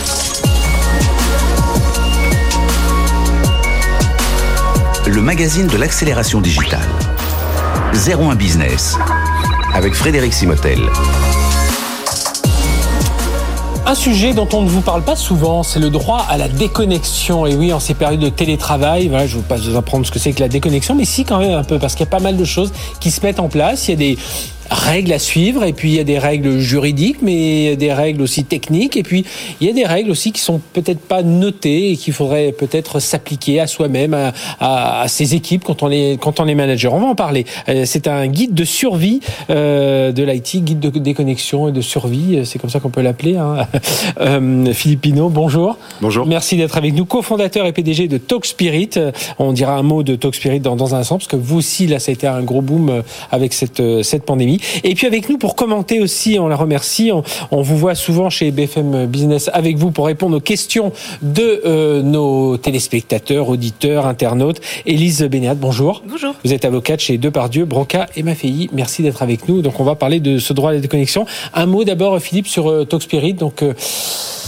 le magazine de l'accélération digitale. zéro un Business avec Frédéric Simotel. Un sujet dont on ne vous parle pas souvent, c'est le droit à la déconnexion. Et oui, en ces périodes de télétravail, voilà, je ne vais pas vous apprendre ce que c'est que la déconnexion, mais si quand même un peu, parce qu'il y a pas mal de choses qui se mettent en place. Il y a des règles à suivre, et puis il y a des règles juridiques, mais il y a des règles aussi techniques, et puis il y a des règles aussi qui sont peut-être pas notées et qu'il faudrait peut-être s'appliquer à soi-même, à, à, à ses équipes quand on est quand on est manager. On va en parler. C'est un guide de survie euh, de l'I T, guide de déconnexion et de survie, c'est comme ça qu'on peut l'appeler. Hein. Euh, Philippe Pinault, bonjour. Bonjour. Merci d'être avec nous, cofondateur et P D G de Talkspirit. On dira un mot de Talkspirit dans, dans un instant, parce que vous aussi, là, ça a été un gros boom avec cette cette pandémie. Et puis avec nous pour commenter aussi, on la remercie, on, on vous voit souvent chez B F M Business avec vous pour répondre aux questions de euh, nos téléspectateurs, auditeurs, internautes. Élise Bénéat, bonjour. Bonjour. Vous êtes avocate chez Depardieu, Broca et Maffei. Merci d'être avec nous. Donc on va parler de ce droit à la déconnexion. Un mot d'abord, Philippe, sur euh, Talkspirit. Donc euh,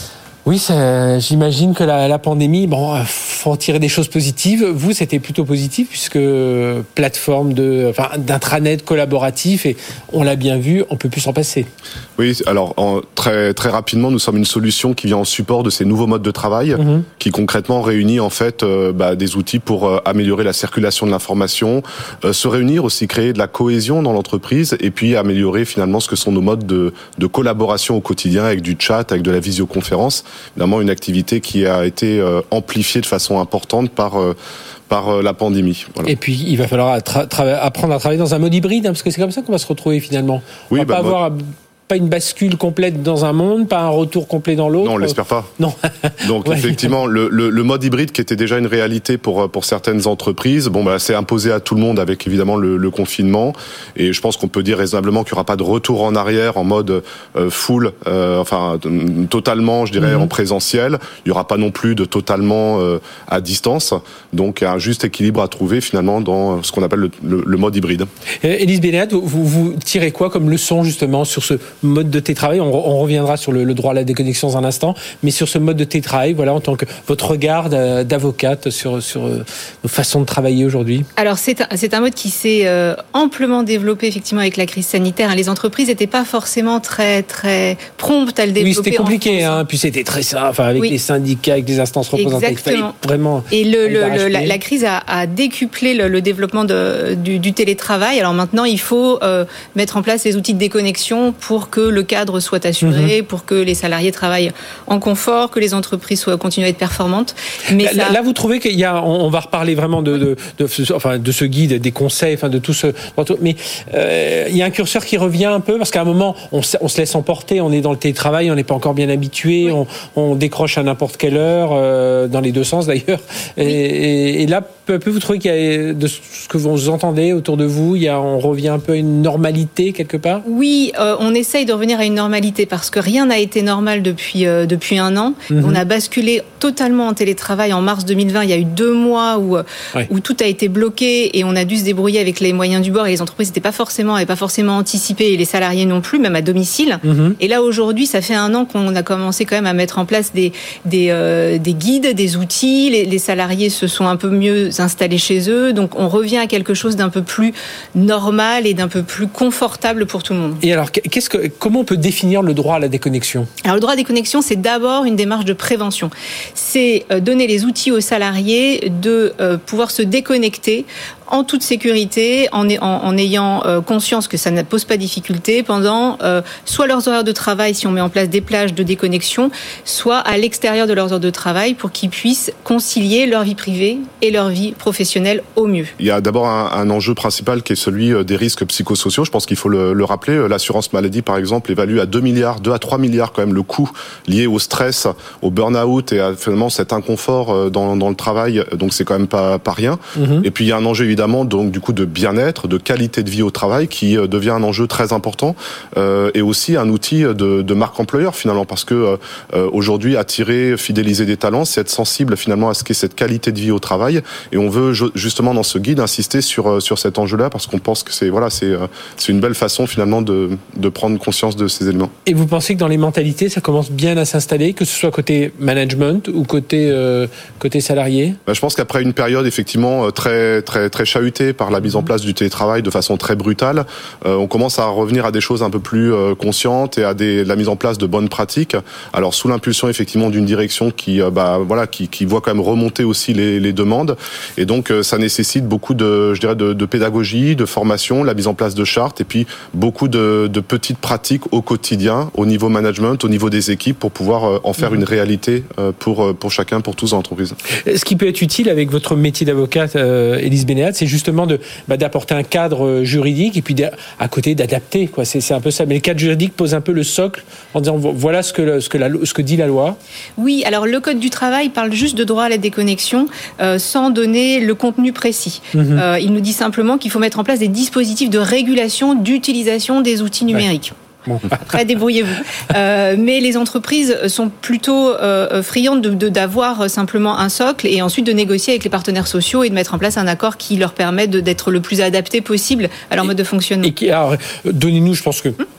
Oui, ça, j'imagine que la, la pandémie, bon, faut en tirer des choses positives. Vous, c'était plutôt positif puisque plateforme de, enfin, d'intranet collaboratif et on l'a bien vu, on peut plus s'en passer. Oui, alors en, très très rapidement, nous sommes une solution qui vient en support de ces nouveaux modes de travail, mmh. qui concrètement réunit en fait euh, bah, des outils pour euh, améliorer la circulation de l'information, euh, se réunir aussi, créer de la cohésion dans l'entreprise et puis améliorer finalement ce que sont nos modes de, de collaboration au quotidien avec du chat, avec de la visioconférence. Évidemment, une activité qui a été euh, amplifiée de façon importante par euh, par euh, la pandémie. Voilà. Et puis, il va falloir tra- tra- apprendre à travailler dans un mode hybride, hein, parce que c'est comme ça qu'on va se retrouver finalement. On oui, va bah, pas moi... avoir pas une bascule complète dans un monde, pas un retour complet dans l'autre. Non, on l'espère pas. Non. Donc ouais. effectivement, le, le, le mode hybride qui était déjà une réalité pour pour certaines entreprises, bon bah c'est imposé à tout le monde avec évidemment le, le confinement. Et je pense qu'on peut dire raisonnablement qu'il n'y aura pas de retour en arrière en mode euh, full, euh, enfin totalement, je dirais, mm-hmm. en présentiel. Il y aura pas non plus de totalement euh, à distance. Donc un juste équilibre à trouver finalement dans ce qu'on appelle le, le, le mode hybride. Élise Bénéat, vous, vous tirez quoi comme leçon justement sur ce mode de télétravail? On, on reviendra sur le, le droit à la déconnexion dans un instant, mais sur ce mode de télétravail, voilà, en tant que votre regard d'avocate sur, sur nos façons de travailler aujourd'hui. Alors c'est un, c'est un mode qui s'est euh, amplement développé effectivement avec la crise sanitaire. Les entreprises n'étaient pas forcément très très promptes à le développer. Oui, c'était compliqué, hein, puis c'était très simple, enfin avec oui. les syndicats, avec les instances représentatives, vraiment. Et le, le, le, la, la crise a, a décuplé le, le développement de, du, du télétravail. Alors maintenant, il faut euh, mettre en place les outils de déconnexion pour que le cadre soit assuré, mmh. pour que les salariés travaillent en confort, que les entreprises soient continuent à être performantes. Mais là, ça... là, vous trouvez qu'il y a, on va reparler vraiment de, de, de, de, enfin, de ce guide, des conseils, enfin de tout ce, mais euh, il y a un curseur qui revient un peu parce qu'à un moment, on, on se laisse emporter, on est dans le télétravail, on n'est pas encore bien habitué, oui. on, on décroche à n'importe quelle heure, euh, dans les deux sens d'ailleurs. Oui. Et, et là, peu à peu, vous trouvez qu'il y a, de ce que vous entendez autour de vous, il y a, on revient un peu à une normalité quelque part? Oui, euh, on essaye de revenir à une normalité parce que rien n'a été normal depuis euh, depuis un an. Mm-hmm. On a basculé totalement en télétravail en mars deux mille vingt. Il y a eu deux mois où ouais. où tout a été bloqué et on a dû se débrouiller avec les moyens du bord et les entreprises n'étaient pas forcément avaient pas forcément anticipé et les salariés non plus, même à domicile. Mm-hmm. Et là aujourd'hui, ça fait un an qu'on a commencé quand même à mettre en place des des euh, des guides, des outils. Les, les salariés se sont un peu mieux installés chez eux, donc on revient à quelque chose d'un peu plus normal et d'un peu plus confortable pour tout le monde. Et alors, qu'est-ce que comment on peut définir le droit à la déconnexion? Alors le droit à la déconnexion, c'est d'abord une démarche de prévention. C'est donner les outils aux salariés de euh, pouvoir se déconnecter en toute sécurité, en, en, en ayant euh, conscience que ça ne pose pas de difficulté pendant euh, soit leurs horaires de travail, si on met en place des plages de déconnexion, soit à l'extérieur de leurs heures de travail pour qu'ils puissent concilier leur vie privée et leur vie professionnelle au mieux. Il y a d'abord un, un enjeu principal qui est celui des risques psychosociaux. Je pense qu'il faut le, le rappeler. L'assurance maladie, par exemple, évalue à deux milliards, deux à trois milliards quand même le coût lié au stress, au burn-out et à finalement cet inconfort dans, dans le travail. Donc c'est quand même pas, pas rien. Mm-hmm. Et puis il y a un enjeu évidemment donc du coup de bien-être, de qualité de vie au travail qui devient un enjeu très important euh, et aussi un outil de, de marque employeur finalement parce que euh, aujourd'hui attirer, fidéliser des talents, c'est être sensible finalement à ce qu'est cette qualité de vie au travail et on veut justement dans ce guide insister sur sur cet enjeu-là parce qu'on pense que c'est voilà c'est c'est une belle façon finalement de de prendre conscience de ces éléments. Et vous pensez que dans les mentalités ça commence bien à s'installer, que ce soit côté management ou côté euh, côté salarié? Ben, je pense qu'après une période effectivement très très très chahutée par la mise en place du télétravail de façon très brutale, euh, on commence à revenir à des choses un peu plus euh, conscientes et à des la mise en place de bonnes pratiques. Alors sous l'impulsion effectivement d'une direction qui euh, bah voilà qui qui voit quand même remonter aussi les les demandes et donc euh, ça nécessite beaucoup de je dirais de, de pédagogie, de formation, la mise en place de chartes et puis beaucoup de de petites pratiques au quotidien, au niveau management, au niveau des équipes pour pouvoir euh, en faire mmh. une réalité euh, pour pour chacun, pour tous en entreprise. Ce qui peut être utile avec votre métier d'avocate, euh, Élise Bénéat, c'est justement de bah, d'apporter un cadre juridique et puis à côté d'adapter quoi. C'est c'est un peu ça. Mais le cadre juridique pose un peu le socle en disant voilà ce que ce que la ce que dit la loi. Oui, alors le code du travail parle juste de droit à la déconnexion euh, sans donner le contenu précis. Mmh. Euh, il nous dit simplement qu'il faut mettre en place des dispositifs de régulation d'utilisation des outils numériques. Ouais. Bon. Après, débrouillez-vous. Euh, mais les entreprises sont plutôt euh, friandes de, de, d'avoir simplement un socle et ensuite de négocier avec les partenaires sociaux et de mettre en place un accord qui leur permet de, d'être le plus adapté possible à leur et, mode de fonctionnement. Et qui, alors, donnez-nous, je pense que... Hum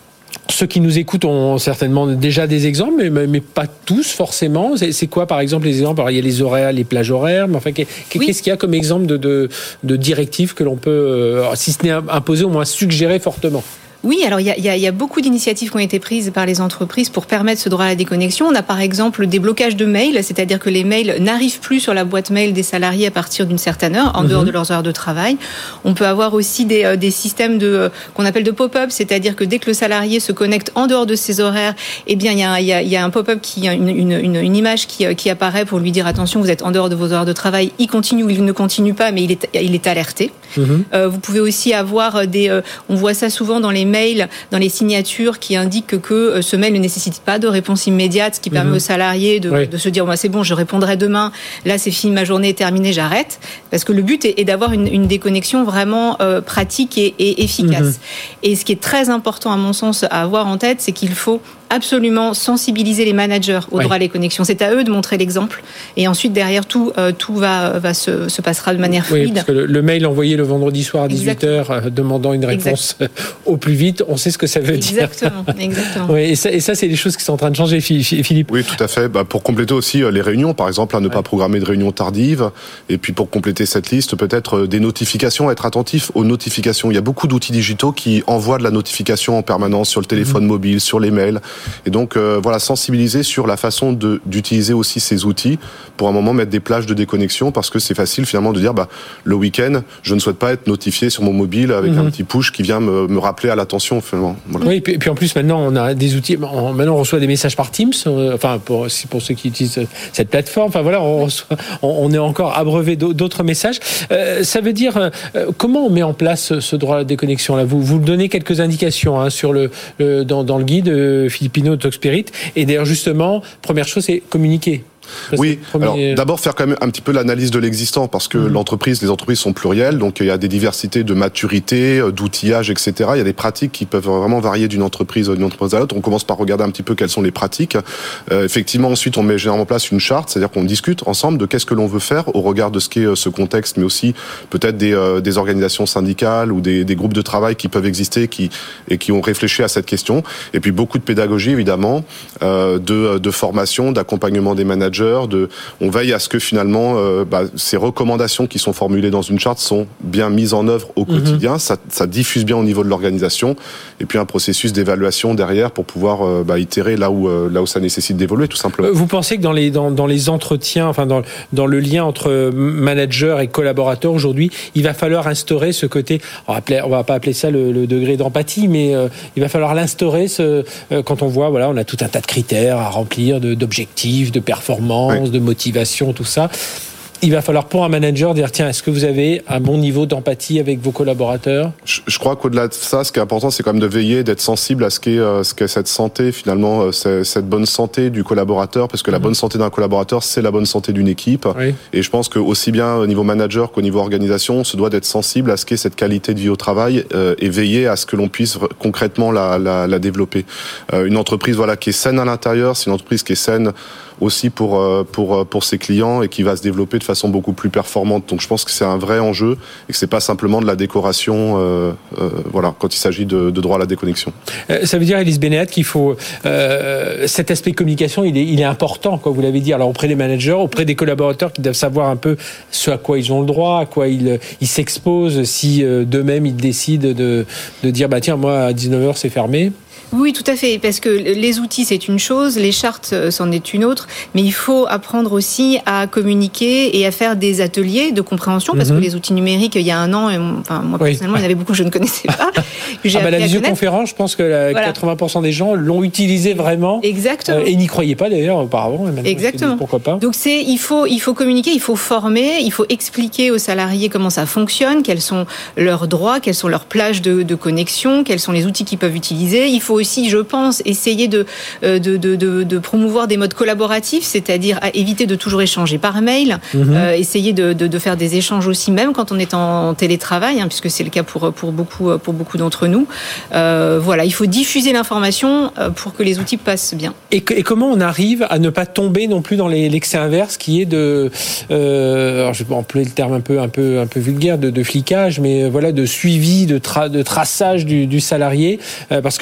Ceux qui nous écoutent ont certainement déjà des exemples, mais, mais pas tous forcément. C'est, c'est quoi, par exemple, les exemples? Alors, il y a les horaires, les plages horaires, mais enfin, qu'est-ce oui. qu'il y a comme exemple de, de, de directives que l'on peut, euh, si ce n'est imposer, au moins suggérer fortement? Oui, alors il y a, y, a, y a beaucoup d'initiatives qui ont été prises par les entreprises pour permettre ce droit à la déconnexion. On a par exemple des blocages de mails, c'est-à-dire que les mails n'arrivent plus sur la boîte mail des salariés à partir d'une certaine heure, en mmh. dehors de leurs heures de travail. On peut avoir aussi des, euh, des systèmes de, qu'on appelle de pop-up, c'est-à-dire que dès que le salarié se connecte en dehors de ses horaires, eh bien il y a, y a, y a un pop-up, qui, une, une, une, une image qui, qui apparaît pour lui dire attention, vous êtes en dehors de vos heures de travail. Il continue ou il ne continue pas, mais il est, il est alerté. Mmh. Euh, vous pouvez aussi avoir des, euh, on voit ça souvent dans les mails, dans les signatures qui indiquent que ce mail ne nécessite pas de réponse immédiate, ce qui permet mmh. aux salariés de, oui. de se dire bah, c'est bon, je répondrai demain, là c'est fini, ma journée est terminée, j'arrête. Parce que le but est, est d'avoir une, une déconnexion vraiment euh, pratique et, et efficace. Mmh. Et ce qui est très important à mon sens à avoir en tête, c'est qu'il faut absolument sensibiliser les managers au oui. droit à la connexion. C'est à eux de montrer l'exemple. Et ensuite, derrière, tout, euh, tout va, va se, se passera de manière fluide. Oui, parce que le, le mail envoyé le vendredi soir à dix-huit heures euh, demandant une réponse Exactement. au plus vite, on sait ce que ça veut exactement, dire. Exactement. Oui, et ça, et ça, c'est des choses qui sont en train de changer, Philippe. Oui, tout à fait. Bah, pour compléter aussi les réunions, par exemple, à ne ouais. pas programmer de réunions tardives. Et puis, pour compléter cette liste, peut-être des notifications, être attentif aux notifications. Il y a beaucoup d'outils digitaux qui envoient de la notification en permanence sur le téléphone mmh. mobile, sur les mails. Et donc, euh, voilà, sensibiliser sur la façon de, d'utiliser aussi ces outils pour un moment mettre des plages de déconnexion, parce que c'est facile finalement de dire, bah, le week-end, je ne souhaite pas être notifié sur mon mobile avec mmh. un petit push qui vient me, me rappeler à l'attention. Finalement. Voilà. Oui, et puis, et puis en plus maintenant on a des outils. Maintenant on reçoit des messages par Teams. Euh, enfin pour pour ceux qui utilisent cette plateforme. Enfin voilà, on reçoit, on, on est encore abreuvé d'autres messages. Euh, ça veut dire euh, comment on met en place ce droit à la déconnexion là. Vous vous donnez quelques indications hein, sur le, le dans, dans le guide euh, Philippino Talkspirit. Et d'ailleurs justement, première chose c'est communiquer. Parce oui, premier... alors d'abord faire quand même un petit peu l'analyse de l'existant, parce que mmh. l'entreprise, les entreprises sont plurielles, donc il y a des diversités de maturité, d'outillage, et cetera. Il y a des pratiques qui peuvent vraiment varier d'une entreprise d'une entreprise à l'autre. On commence par regarder un petit peu quelles sont les pratiques. Euh, effectivement, ensuite, on met généralement en place une charte, c'est-à-dire qu'on discute ensemble de qu'est-ce que l'on veut faire au regard de ce qu'est ce contexte, mais aussi peut-être des, euh, des organisations syndicales ou des, des groupes de travail qui peuvent exister qui, et qui ont réfléchi à cette question. Et puis beaucoup de pédagogie, évidemment, euh, de, de formation, d'accompagnement des managers. De, on veille à ce que finalement euh, bah, ces recommandations qui sont formulées dans une charte sont bien mises en œuvre au quotidien, mmh. ça, ça diffuse bien au niveau de l'organisation, et puis un processus d'évaluation derrière pour pouvoir euh, bah, itérer là où, euh, là où ça nécessite d'évoluer tout simplement. Vous pensez que dans les, dans, dans les entretiens, enfin dans, dans le lien entre manager et collaborateur aujourd'hui, il va falloir instaurer ce côté, on va, appeler, on va pas appeler ça le, le degré d'empathie, mais euh, il va falloir l'instaurer ce, euh, quand on voit, voilà, on a tout un tas de critères à remplir, de, d'objectifs, de performance, oui. de motivation, tout ça. Il va falloir pour un manager dire tiens, est-ce que vous avez un bon niveau d'empathie avec vos collaborateurs ? Je, je crois qu'au-delà de ça, ce qui est important, c'est quand même de veiller, d'être sensible à ce qu'est, euh, ce qu'est cette santé, finalement, euh, c'est, cette bonne santé du collaborateur, parce que mmh. la bonne santé d'un collaborateur, c'est la bonne santé d'une équipe. Oui. Et je pense que aussi bien au niveau manager qu'au niveau organisation, on se doit d'être sensible à ce qu'est cette qualité de vie au travail euh, et veiller à ce que l'on puisse concrètement la, la, la développer. Euh, une entreprise, voilà, qui est saine à l'intérieur, c'est une entreprise qui est saine aussi pour pour pour ses clients et qui va se développer de façon beaucoup plus performante. Donc je pense que c'est un vrai enjeu et que c'est pas simplement de la décoration euh, euh, voilà, quand il s'agit de, de droit à la déconnexion. Euh, ça veut dire, Élise Bénéat, qu'il faut euh, cet aspect communication, il est il est important, quoi, vous l'avez dit, alors auprès des managers, auprès des collaborateurs qui doivent savoir un peu ce à quoi ils ont le droit, à quoi ils ils s'exposent si euh, d'eux-mêmes ils décident de de dire bah tiens, moi à dix-neuf heures c'est fermé. Oui, tout à fait, parce que les outils, c'est une chose, les chartes, c'en est une autre, mais il faut apprendre aussi à communiquer et à faire des ateliers de compréhension, parce mm-hmm. que les outils numériques, il y a un an, et enfin, moi, oui. personnellement, il y en avait beaucoup que je ne connaissais pas. Que j'ai ah bah, la visioconférence, je pense que la voilà. quatre-vingts pour cent des gens l'ont utilisé vraiment. Exactement. Euh, et n'y croyaient pas, d'ailleurs, auparavant. Exactement. Pourquoi pas. Donc, c'est, il faut, il faut communiquer, il faut former, il faut expliquer aux salariés comment ça fonctionne, quels sont leurs droits, quelles sont leurs plages de, de connexion, quels sont les outils qu'ils peuvent utiliser. Il faut aussi, je pense, essayer de, de, de, de, de promouvoir des modes collaboratifs, c'est-à-dire à éviter de toujours échanger par mail, mmh. euh, essayer de, de, de faire des échanges aussi, même quand on est en télétravail, hein, puisque c'est le cas pour, pour, beaucoup, pour beaucoup d'entre nous. Euh, voilà, il faut diffuser l'information pour que les outils passent bien. Et, que, et comment on arrive à ne pas tomber non plus dans les, l'excès inverse qui est de, euh, alors je vais employer le terme un peu, un peu, un peu vulgaire, de, de flicage, mais voilà, de suivi, de, tra, de traçage du, du salarié, euh, parce que justement le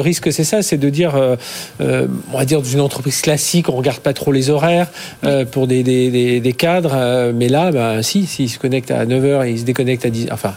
risque, c'est ça, c'est de dire, euh, euh, on va dire dans une entreprise classique, on regarde pas trop les horaires euh, pour des, des, des, des cadres, euh, mais là, ben si, s'ils se connectent à neuf heures et ils se déconnectent à dix, enfin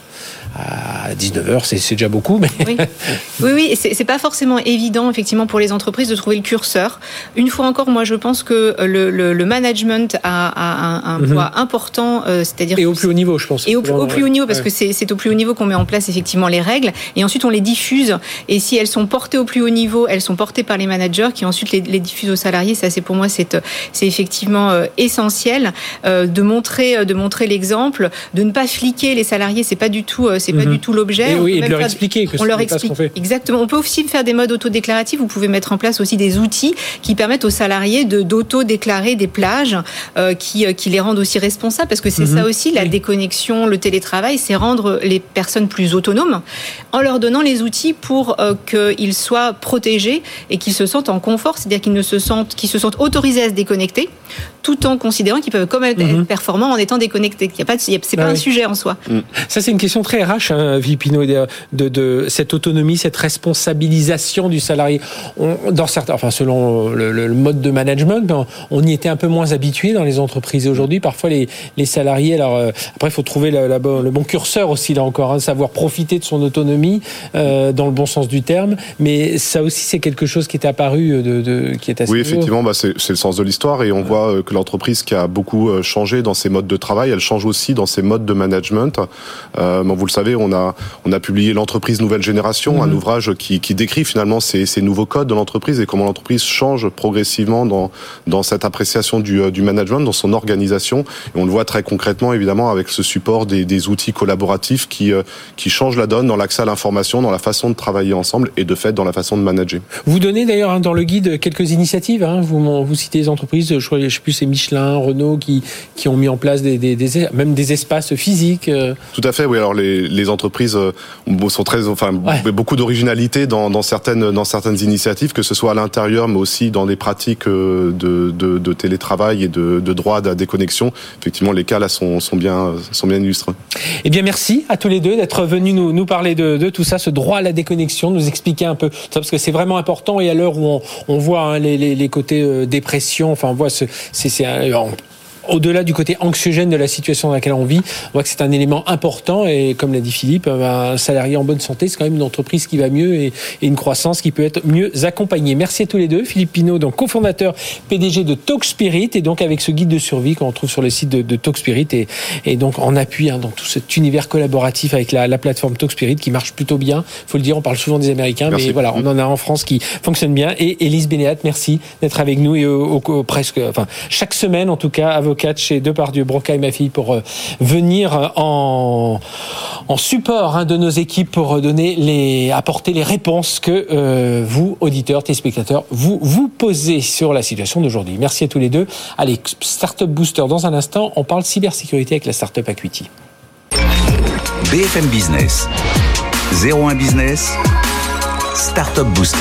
à dix-neuf heures, c'est, c'est déjà beaucoup. Mais oui, oui, oui c'est, c'est pas forcément évident effectivement pour les entreprises de trouver le curseur. Une fois encore, moi je pense que le, le, le management a, a un, un mm-hmm. poids important, euh, c'est-à-dire et au plus haut niveau, je pense. Et au, au plus haut niveau, parce ouais. que c'est, c'est au plus haut niveau qu'on met en place effectivement les règles, et ensuite on les diffuse. Et si elles sont portées au plus haut niveau, elles sont portées par les managers qui ensuite les, les diffusent aux salariés. Ça, c'est pour moi, c'est, c'est effectivement euh, essentiel euh, de montrer, de montrer l'exemple, de ne pas fliquer les salariés. C'est pas du tout, euh, c'est mm-hmm. pas du tout l'objet. Et on oui, et de leur expliquer que on ce leur n'est explique pas ce qu'on fait. Exactement. On peut aussi faire des modes autodéclaratifs. Vous pouvez mettre en place aussi des outils qui permettent aux salariés de d'auto-déclarer des plages euh, qui qui les rendent aussi responsables, parce que c'est mm-hmm. ça aussi la oui. déconnexion, le télétravail, c'est rendre les personnes plus autonomes en leur donnant les outils pour euh, qu'ils soient protégés et qu'ils se sentent en confort, c'est-à-dire qu'ils ne se sentent qu'ils se sentent autorisés à se déconnecter, tout en considérant qu'ils peuvent quand même mm-hmm. être performants en étant déconnectés. Il y a pas de, c'est pas ah un oui. sujet en soi. Mm. Ça, c'est une question très R H, hein, Vipino, de, de, de cette autonomie, cette responsabilisation du salarié. On, dans certains, enfin, selon le, le, le mode de management, on, on y était un peu moins habitué dans les entreprises. Et aujourd'hui, parfois, les, les salariés, alors, euh, après, il faut trouver la, la, le bon curseur aussi, là encore, hein, savoir profiter de son autonomie, euh, dans le bon sens du terme. Mais ça aussi, c'est quelque chose qui est apparu, de, de, qui est assez Oui, nouveau. effectivement, bah, c'est, c'est le sens de l'histoire. Et on ouais. voit que l'entreprise qui a beaucoup changé dans ses modes de travail, elle change aussi dans ses modes de management. Euh, bon, vous le savez, on a, on a publié l'entreprise nouvelle génération, mmh. un ouvrage qui, qui décrit finalement ces, ces nouveaux codes de l'entreprise et comment l'entreprise change progressivement dans, dans cette appréciation du, du management, dans son organisation. Et on le voit très concrètement, évidemment, avec ce support des, des outils collaboratifs qui, qui changent la donne dans l'accès à l'information, dans la façon de travailler ensemble et de fait dans la façon de manager. Vous donnez d'ailleurs hein, dans le guide quelques initiatives. Hein, vous, vous citez les entreprises, je crois, je sais plus, c'est Michelin, Renault qui, qui ont mis en place des, des, des, même des espaces physiques. Tout à fait, oui. Alors les, les entreprises sont très, enfin, ouais. beaucoup d'originalité dans, dans certaines, dans certaines initiatives, que ce soit à l'intérieur, mais aussi dans des pratiques de, de, de télétravail et de, de droit à la déconnexion. Effectivement, les cas là sont, sont bien, sont bien illustrés. Eh bien, merci à tous les deux d'être venus nous, nous parler de, de tout ça, ce droit à la déconnexion, nous expliquer un peu ça, parce que c'est vraiment important. Et à l'heure où on, on voit hein, les, les, les côtés euh, dépression, enfin, on voit ce, c'est, c'est un, on, au-delà du côté anxiogène de la situation dans laquelle on vit, on voit que c'est un élément important et comme l'a dit Philippe, un salarié en bonne santé, c'est quand même une entreprise qui va mieux et, et une croissance qui peut être mieux accompagnée. Merci à tous les deux. Philippe Pinault, donc cofondateur P D G de Talkspirit, et donc avec ce guide de survie qu'on trouve sur le site de, de Talkspirit et, et donc en appui hein, dans tout cet univers collaboratif avec la, la plateforme Talkspirit qui marche plutôt bien. Faut le dire, on parle souvent des Américains, merci. Mais voilà, on en a en France qui fonctionne bien. Et Élise Bénéat, merci d'être avec nous et au, au, au, presque, enfin chaque semaine en tout cas, avocate chez Depardieu, Broca et ma fille pour euh, venir en, en support hein, de nos équipes pour donner les, apporter les réponses que euh, vous, auditeurs, téléspectateurs, vous, vous posez sur la situation d'aujourd'hui. Merci à tous les deux. Allez, Startup Booster, dans un instant, on parle cybersécurité avec la startup Acuity. B F M Business, zéro un Business, Startup Booster.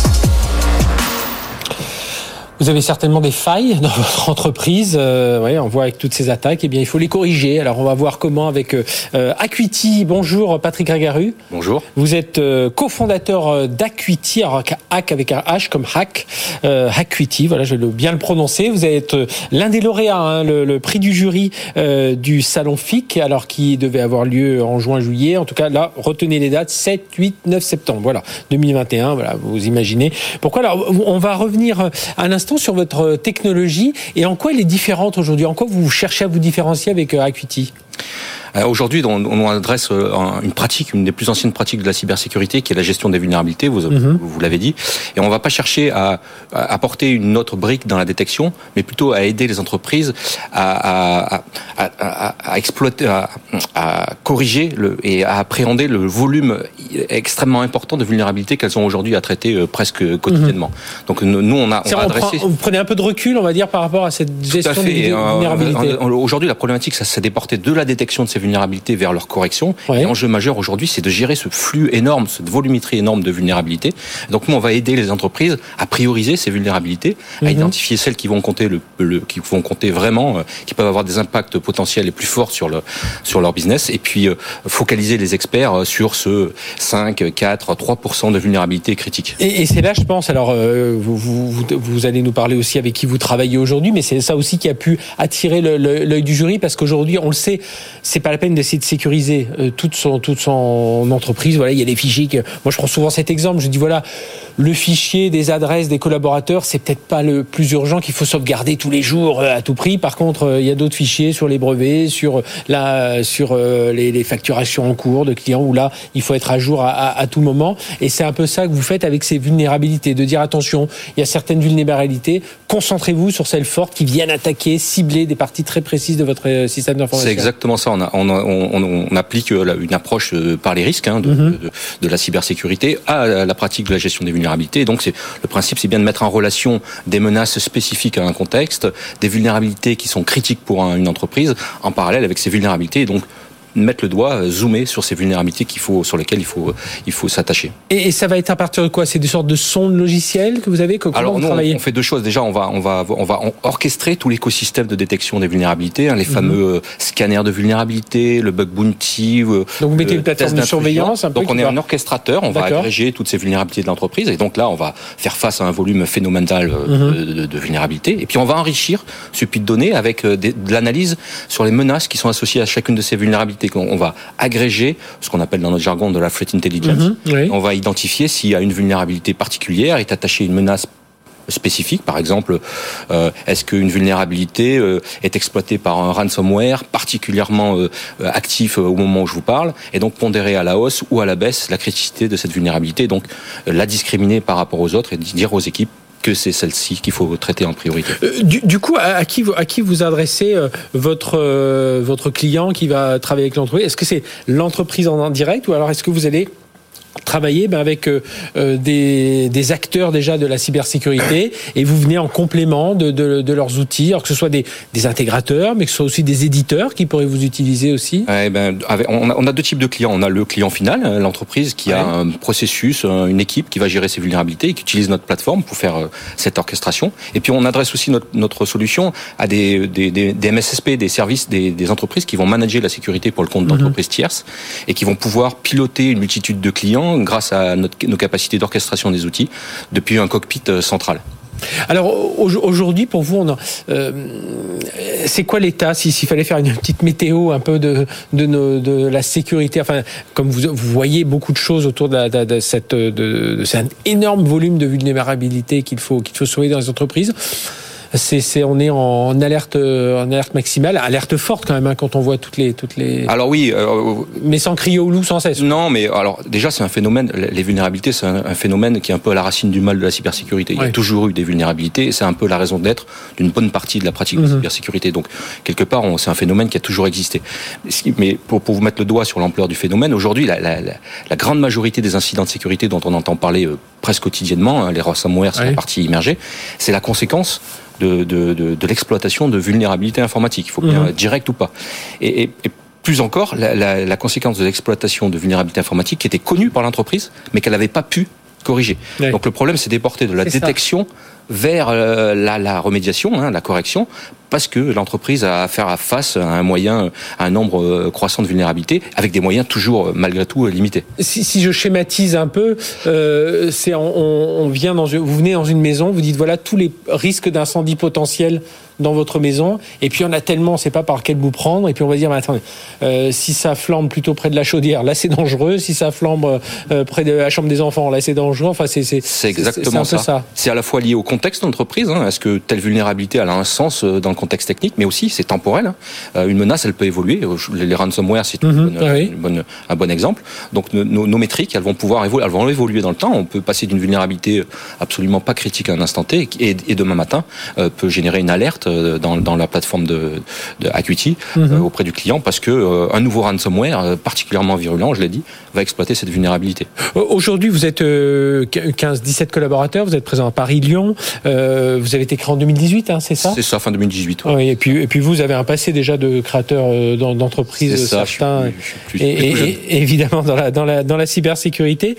Vous avez certainement des failles dans votre entreprise. Euh, ouais, on voit avec toutes ces attaques, eh bien, il faut les corriger. Alors, on va voir comment avec euh, Acuity. Bonjour, Patrick Ragaru. Bonjour. Vous êtes euh, cofondateur d'Acuity, alors hack avec un H comme hack, euh, Acuity. Voilà, je vais bien le prononcer. Vous êtes euh, l'un des lauréats, hein, le, le prix du jury euh, du salon F I C, alors qui devait avoir lieu en juin-juillet. En tout cas, là, retenez les dates sept, huit, neuf septembre. Voilà, deux mille vingt et un. Voilà, vous imaginez. Pourquoi? Alors, on va revenir un instant sur votre technologie et en quoi elle est différente aujourd'hui. En quoi vous cherchez à vous différencier avec Acuity? Euh, aujourd'hui, on, on adresse une pratique, une des plus anciennes pratiques de la cybersécurité, qui est la gestion des vulnérabilités, vous, mm-hmm. vous l'avez dit. Et on ne va pas chercher à, à apporter une autre brique dans la détection, mais plutôt à aider les entreprises à, à, à, à, à exploiter, à, à corriger le, et à appréhender le volume extrêmement important de vulnérabilités qu'elles ont aujourd'hui à traiter presque quotidiennement. Mm-hmm. Donc nous, on a, on a adressé... Prend, vous prenez un peu de recul, on va dire, par rapport à cette gestion des vulnérabilités. Aujourd'hui, la problématique, ça s'est déporté de la détection détection de ces vulnérabilités vers leur correction. Ouais. Et l'enjeu majeur aujourd'hui, c'est de gérer ce flux énorme, cette volumétrie énorme de vulnérabilités. Donc nous, on va aider les entreprises à prioriser ces vulnérabilités, à mm-hmm. identifier celles qui vont compter le, le qui vont compter vraiment, euh, qui peuvent avoir des impacts potentiels les plus forts sur le sur leur business, et puis euh, focaliser les experts sur ce cinq, quatre, trois pour cent de vulnérabilités critiques. Et, et c'est là, je pense, alors euh, vous, vous, vous, vous allez nous parler aussi avec qui vous travaillez aujourd'hui, mais c'est ça aussi qui a pu attirer le, le, l'œil du jury, parce qu'aujourd'hui, on le sait, c'est pas la peine d'essayer de sécuriser euh, toute son toute son entreprise. Voilà, il y a des fichiers que moi je prends souvent cet exemple. Je dis voilà, le fichier des adresses des collaborateurs, c'est peut-être pas le plus urgent qu'il faut sauvegarder tous les jours euh, à tout prix. Par contre, euh, il y a d'autres fichiers sur les brevets, sur la sur euh, les, les facturations en cours de clients où là, il faut être à jour à, à, à tout moment. Et c'est un peu ça que vous faites avec ces vulnérabilités, de dire attention, il y a certaines vulnérabilités, concentrez-vous sur celles fortes qui viennent attaquer, cibler des parties très précises de votre système d'information. C'est exactement ça. On, a, on, on, on applique une approche par les risques hein, de, mm-hmm. de, de la cybersécurité à la pratique de la gestion des vulnérabilités. Et donc, c'est, le principe, c'est bien de mettre en relation des menaces spécifiques à un contexte, des vulnérabilités qui sont critiques pour un, une entreprise, en parallèle avec ces vulnérabilités. Et donc, mettre le doigt, zoomer sur ces vulnérabilités qu'il faut, sur lesquelles il faut, il faut s'attacher. Et, et ça va être à partir de quoi ? C'est des sortes de sondes logicielles que vous avez ? Comment Alors, vous nous, travaillez ? on fait deux choses. Déjà, on va, on va, on va orchestrer tout l'écosystème de détection des vulnérabilités, hein, les mmh. fameux scanners de vulnérabilité, le bug bounty. Donc, vous mettez une plateforme de surveillance un peu. Donc, on est va... un orchestrateur. On D'accord. va agréger toutes ces vulnérabilités de l'entreprise. Et donc là, on va faire face à un volume phénoménal mmh. de, de, de vulnérabilités. Et puis, on va enrichir ce puits de données avec des, de l'analyse sur les menaces qui sont associées à chacune de ces vulnérabilités. On va agréger ce qu'on appelle dans notre jargon de la threat intelligence. Mmh, oui. On va identifier s'il y a une vulnérabilité particulière, est attachée à une menace spécifique. Par exemple, euh, est-ce qu'une vulnérabilité euh, est exploitée par un ransomware particulièrement euh, actif euh, au moment où je vous parle, et donc pondérer à la hausse ou à la baisse la criticité de cette vulnérabilité, donc euh, la discriminer par rapport aux autres et dire aux équipes que c'est celle-ci qu'il faut traiter en priorité. Euh, du, du coup, à, à qui vous, à qui vous adressez euh, votre euh, votre client qui va travailler avec l'entreprise ? Est-ce que c'est l'entreprise en, en direct, ou alors est-ce que vous allez travailler ben, avec euh, des, des acteurs déjà de la cybersécurité, et vous venez en complément de, de, de leurs outils, alors que ce soit des, des intégrateurs, mais que ce soit aussi des éditeurs qui pourraient vous utiliser aussi ? Ouais, ben, avec, on, a, on a deux types de clients. On a le client final, l'entreprise qui ouais. a un processus, une équipe qui va gérer ses vulnérabilités et qui utilise notre plateforme pour faire cette orchestration. Et puis on adresse aussi notre, notre solution à des, des, des, des M S S P, des services, des, des entreprises qui vont manager la sécurité pour le compte d'entreprises mmh. tierces et qui vont pouvoir piloter une multitude de clients grâce à notre, nos capacités d'orchestration des outils depuis un cockpit central. Alors aujourd'hui, pour vous, on a, euh, c'est quoi l'état, s'il si, fallait faire une petite météo un peu de de, nos, de la sécurité, enfin, comme vous, vous voyez beaucoup de choses autour de, la, de, de cette de, de cet énorme volume de vulnérabilité qu'il faut qu'il faut sauver dans les entreprises. C'est, c'est, on est en alerte, en alerte maximale, alerte forte quand même hein, quand on voit toutes les, toutes les. Alors oui, euh, mais sans crier au loup sans cesse. Non, mais alors déjà c'est un phénomène. Les vulnérabilités, c'est un, un phénomène qui est un peu à la racine du mal de la cybersécurité. Il ouais. y a toujours eu des vulnérabilités, et c'est un peu la raison d'être d'une bonne partie de la pratique mmh. de la cybersécurité. Donc quelque part, on, c'est un phénomène qui a toujours existé. Mais pour, pour vous mettre le doigt sur l'ampleur du phénomène, aujourd'hui, la, la, la, la grande majorité des incidents de sécurité dont on entend parler euh, presque quotidiennement, hein, les ransomware, c'est ouais. la partie immergée, c'est la conséquence De, de, de, de l'exploitation de vulnérabilités informatiques. Il faut bien mmh. direct ou pas. Et, et, et plus encore, la, la, la conséquence de l'exploitation de vulnérabilités informatiques qui était connue par l'entreprise, mais qu'elle n'avait pas pu corriger. Oui. Donc le problème, c'est déporter de la c'est détection ça. vers euh, la, la remédiation, hein, la correction, parce que l'entreprise a à faire face à un moyen, à un nombre croissant de vulnérabilités, avec des moyens toujours, malgré tout, limités. Si, si je schématise un peu, euh, c'est on, on vient dans, vous venez dans une maison, vous dites voilà tous les risques d'incendie potentiels dans votre maison, et puis on a tellement, on ne sait pas par quel bout prendre, et puis on va dire mais attendez, euh, si ça flambe plutôt près de la chaudière, là c'est dangereux, si ça flambe euh, près de la chambre des enfants, là c'est dangereux. Enfin c'est c'est c'est exactement c'est, c'est ça. ça. C'est à la fois lié au contexte de l'entreprise, hein, est-ce que telle vulnérabilité elle a un sens dans le contexte technique, mais aussi c'est temporel. Hein. Une menace, elle peut évoluer. Les ransomware, c'est une mmh, bonne, oui. une bonne, un bon exemple. Donc nos, nos métriques, elles vont pouvoir évoluer, elles vont évoluer dans le temps. On peut passer d'une vulnérabilité absolument pas critique à un instant T, et, et demain matin euh, peut générer une alerte dans, dans la plateforme de, de Acuity mmh. euh, auprès du client, parce que euh, un nouveau ransomware euh, particulièrement virulent, je l'ai dit, va exploiter cette vulnérabilité. Aujourd'hui, vous êtes euh, quinze dix-sept collaborateurs, vous êtes présents à Paris, Lyon. Euh, vous avez été créé en deux mille dix-huit, hein, c'est ça ? C'est ça, fin deux mille dix-huit. Ouais. Oui, et puis, et puis vous avez un passé déjà de créateur d'entreprise, c'est ça, certains, je suis plus, je suis plus, et, plus et, et évidemment dans la, dans la, dans la cybersécurité.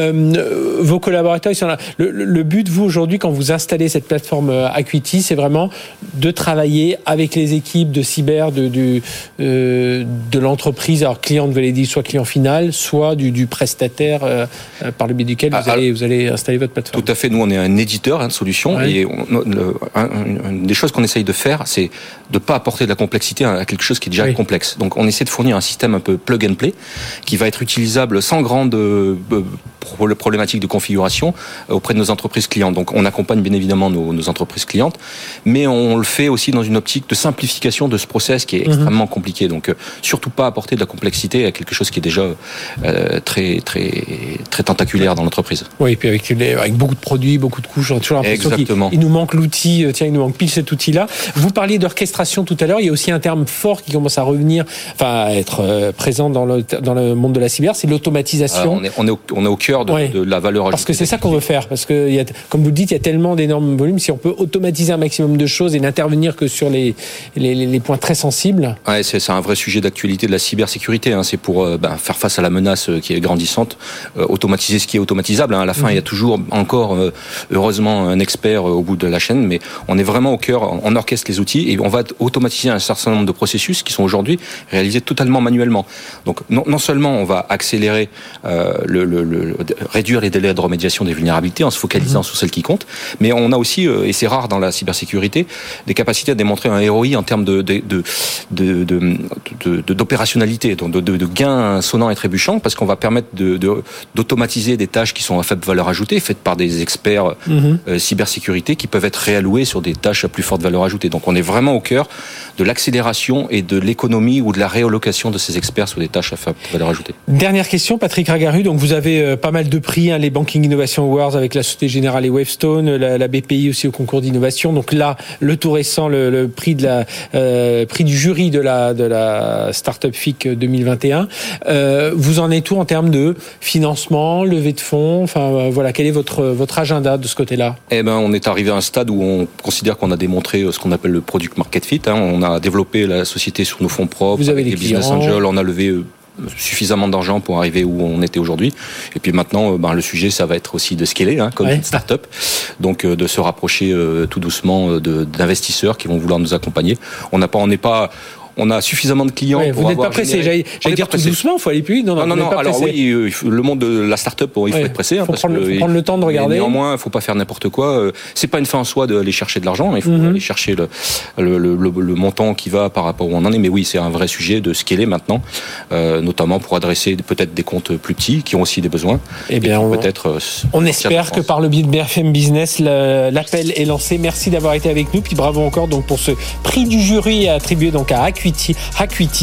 Euh, vos collaborateurs, ils sont là. Le, le but, vous, aujourd'hui, quand vous installez cette plateforme Acuity, c'est vraiment de travailler avec les équipes de cyber de, du, euh, de l'entreprise, alors client, vous l'avez dit, soit client final, soit du, du prestataire euh, par le biais duquel vous, ah, allez, vous allez installer votre plateforme. Tout à fait. Nous, on est un éditeur hein, de solutions, ouais. et on, le, un, une des choses qu'on essaye de faire, c'est de pas apporter de la complexité à quelque chose qui est déjà oui. complexe. Donc, on essaie de fournir un système un peu plug and play qui va être utilisable sans grande euh, problématique de configuration auprès de nos entreprises clientes. Donc, on accompagne bien évidemment nos, nos entreprises clientes, mais on le fait aussi dans une optique de simplification de ce process qui est mmh. extrêmement compliqué. Donc, euh, surtout pas apporter de la complexité à quelque chose qui est déjà euh, très très très tentaculaire dans l'entreprise. Oui, et puis avec, les, avec beaucoup de produits, beaucoup de couches, on a toujours l'impression Exactement. qu'il il nous manque l'outil. Tiens, il nous manque pile cet outil-là. Vous parliez d'orchestration tout à l'heure. Il y a aussi un terme fort qui commence à revenir, enfin à être euh, présent dans le dans le monde de la cyber, c'est l'automatisation. Alors, on est on est au, on est au cœur de, ouais. de la valeur ajoutée. Parce que c'est ça qu'on veut faire. Parce que il y a, comme vous le dites, il y a tellement d'énormes volumes. Si on peut automatiser un maximum de choses et n'intervenir que sur les les, les points très sensibles. Ouais, c'est, c'est un vrai sujet d'actualité de la cybersécurité. Hein. C'est pour euh, ben, faire face à la menace qui est grandissante, euh, automatiser ce qui est automatisable. Hein. À la fin, mmh. il y a toujours encore, euh, heureusement, un expert euh, au bout de la chaîne, mais on est vraiment au cœur, on orchestre les outils et on va automatiser un certain nombre de processus qui sont aujourd'hui réalisés totalement manuellement. Donc, non, non seulement on va accélérer, euh, le, le, le, réduire les délais de remédiation des vulnérabilités en se focalisant mmh. sur celles qui comptent, mais on a aussi, euh, et c'est rare dans la cybersécurité, des capacités à démontrer un R O I en termes de, de, de, de, de, de, de d'opérationnalité, donc de, de, de gains sonnants et trébuchants, parce qu'on va permettre de, de, d'automatiser des tâches qui sont à faible valeur ajoutée, faites par des experts mmh. euh, cybersécurité, qui peuvent être réalloués sur des tâches à plus forte valeur ajoutée. Donc on est vraiment au cœur de l'accélération et de l'économie ou de la réallocation de ces experts sur des tâches à faible valeur ajoutée. Dernière question, Patrick Ragaru. Donc vous avez euh, pas mal de prix, hein, les Banking Innovation Awards avec la Société Générale et Wavestone, la, la B P I aussi au concours d'innovation. Donc là, le tout récent, le, le prix de la euh, prix du jury de la de la Startup F I C deux mille vingt et un. Euh, vous en êtes où en termes de financement, levée de fonds? Enfin euh, voilà, quel est votre votre agenda de ce côté-là? Eh ben, on est arrivé à un stade où on considère qu'on a démontré ce qu'on appelle le product market fit. Hein. On a développé la société sur nos fonds propres. Vous avez les les business angels, on a levé suffisamment d'argent pour arriver où on était aujourd'hui. Et puis maintenant, ben, le sujet, ça va être aussi de scaler, hein, comme ouais. une start-up. Donc, euh, de se rapprocher euh, tout doucement de, d'investisseurs qui vont vouloir nous accompagner. On n'a pas, on n'est pas, on a suffisamment de clients ouais, pour vous avoir... Vous n'êtes pas pressé, j'allais, j'allais dire tout doucement, il faut aller plus vite. Non, non, non, non, non alors pressé. Oui, euh, le monde de la start-up, bon, il faut ouais, être pressé. Il faut, hein, prendre, faut prendre le temps de regarder. Néanmoins, il ne faut pas faire n'importe quoi. C'est pas une fin en soi d'aller chercher de l'argent, il faut mm-hmm. aller chercher le, le, le, le, le montant qui va par rapport où on en est. Mais oui, c'est un vrai sujet de scaler maintenant, euh, notamment pour adresser peut-être des comptes plus petits qui ont aussi des besoins. Eh bien, on, peut-être, euh, on espère que par le biais de B F M Business, l'appel est lancé. Merci d'avoir été avec nous. Puis bravo encore donc, pour ce prix du jury attribué donc à Acuity. Acuity.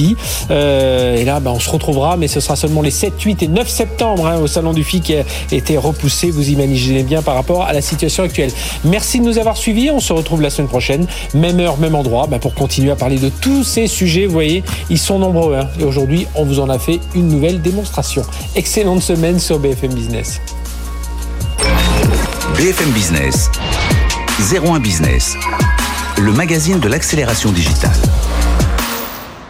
Euh, et là, bah, on se retrouvera, mais ce sera seulement les sept, huit et neuf septembre hein, au Salon du F I qui a été repoussé, vous imaginez bien, par rapport à la situation actuelle. Merci de nous avoir suivis. On se retrouve la semaine prochaine, même heure, même endroit, bah, pour continuer à parler de tous ces sujets. Vous voyez, ils sont nombreux. Hein, et aujourd'hui, on vous en a fait une nouvelle démonstration. Excellente semaine sur B F M Business. B F M Business, zéro un Business, le magazine de l'accélération digitale.